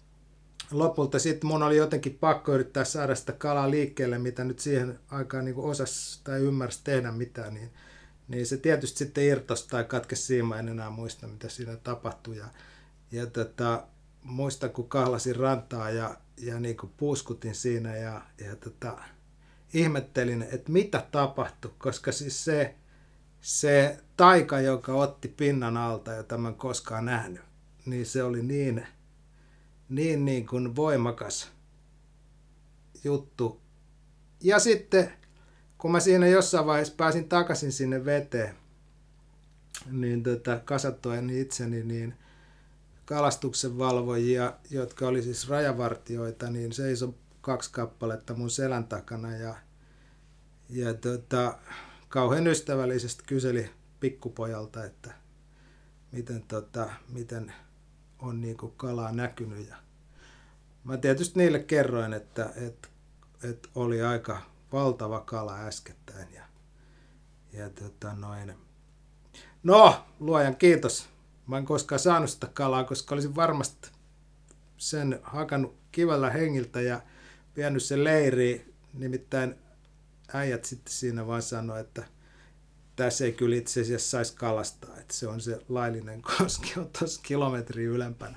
Speaker 1: lopulta sitten mun oli jotenkin pakko yrittää saada sitä kalaa liikkeelle, mitä nyt siihen aikaan niin kuin osasi tai ymmärsi tehdä mitään. Niin, niin se tietysti sitten irtosi tai katkesi siima, en enää muista, mitä siinä tapahtui. Ja, ja tota, muistan, kun kahlasin rantaa ja, ja niin kuin puuskutin siinä ja, ja tota, ihmettelin, että mitä tapahtui, koska siis se, se taika, joka otti pinnan alta, jota mä en koskaan nähnyt, niin se oli niin, niin, niin kuin voimakas juttu. Ja sitten, kun mä siinä jossain vaiheessa pääsin takaisin sinne veteen, niin tota, kasattoen itseni, niin kalastuksen valvojia, jotka oli siis rajavartioita, niin seisoi kaksi kappaletta mun selän takana ja, ja tota, kauhean ystävällisesti kyseli pikkupojalta, että miten, tota, miten on niinku kalaa näkynyt. Ja mä tietysti niille kerroin, että, että, että oli aika valtava kala äskettäin. Ja, ja tota noin. No, luojan kiitos. Mä en koskaan saanut sitä kalaa, koska olisin varmasti sen hakannut kivellä hengiltä ja vienyt sen leiriin. Nimittäin äijät sitten siinä vaan sanoi, että tässä ei kyllä itse asiassa saisi kalastaa, että se on se laillinen koski on tuossa kilometriä ylempänä.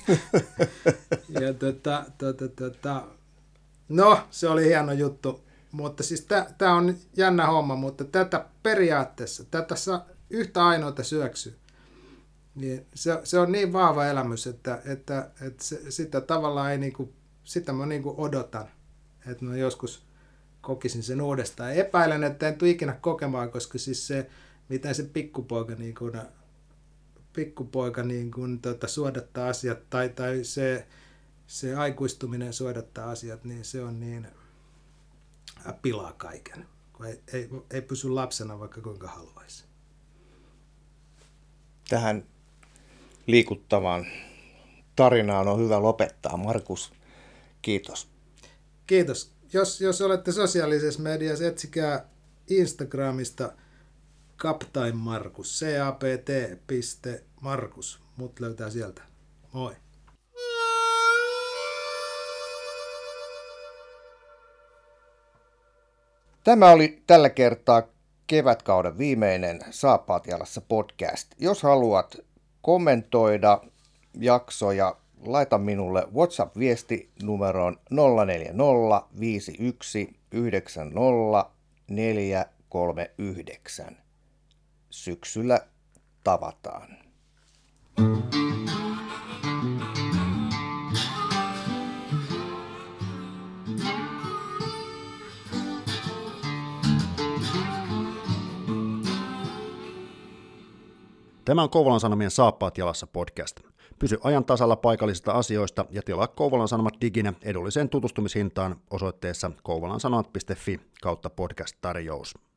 Speaker 1: ja tota, tota, tota, no, se oli hieno juttu, mutta siis tämä on jännä homma, mutta tätä periaatteessa, tätä saa yhtä ainoata syöksyä, niin se, se on niin vahva elämys, että, että, että se, sitä tavallaan ei niinku, sitä mä niinku odotan, että mä joskus kokisin sen uudestaan. Epäilen, että en tule ikinä kokemaan, koska siis se, miten se pikkupoika, niin kuin, pikkupoika niin kuin, tota, suodattaa asiat, tai, tai se, se aikuistuminen suodattaa asiat, niin se on niin, äh, pilaa kaiken. Kun ei, ei, ei pysy lapsena, vaikka kuinka haluaisi.
Speaker 2: Tähän liikuttavaan tarinaan on hyvä lopettaa. Markus, kiitos.
Speaker 1: Kiitos. Jos, jos olette sosiaalisessa mediassa, etsikää Instagramista Captain Markus, C A P T piste Markus. Mut löytää sieltä. Moi.
Speaker 2: Tämä oli tällä kertaa kevätkauden viimeinen Saappaat jalassa podcast. Jos haluat kommentoida jaksoja, laita minulle WhatsApp-viesti numeroon nolla neljä nolla viisi yksi yhdeksän nolla neljä kolme yhdeksän. Syksyllä tavataan.
Speaker 3: Tämä on Kouvolan Sanomien Saappaat jalassa podcast. Pysy ajan tasalla paikallisista asioista ja tilaa Kouvolan Sanomat diginä edulliseen tutustumishintaan osoitteessa kouvolansanomat piste fi kautta podcast-tarjous.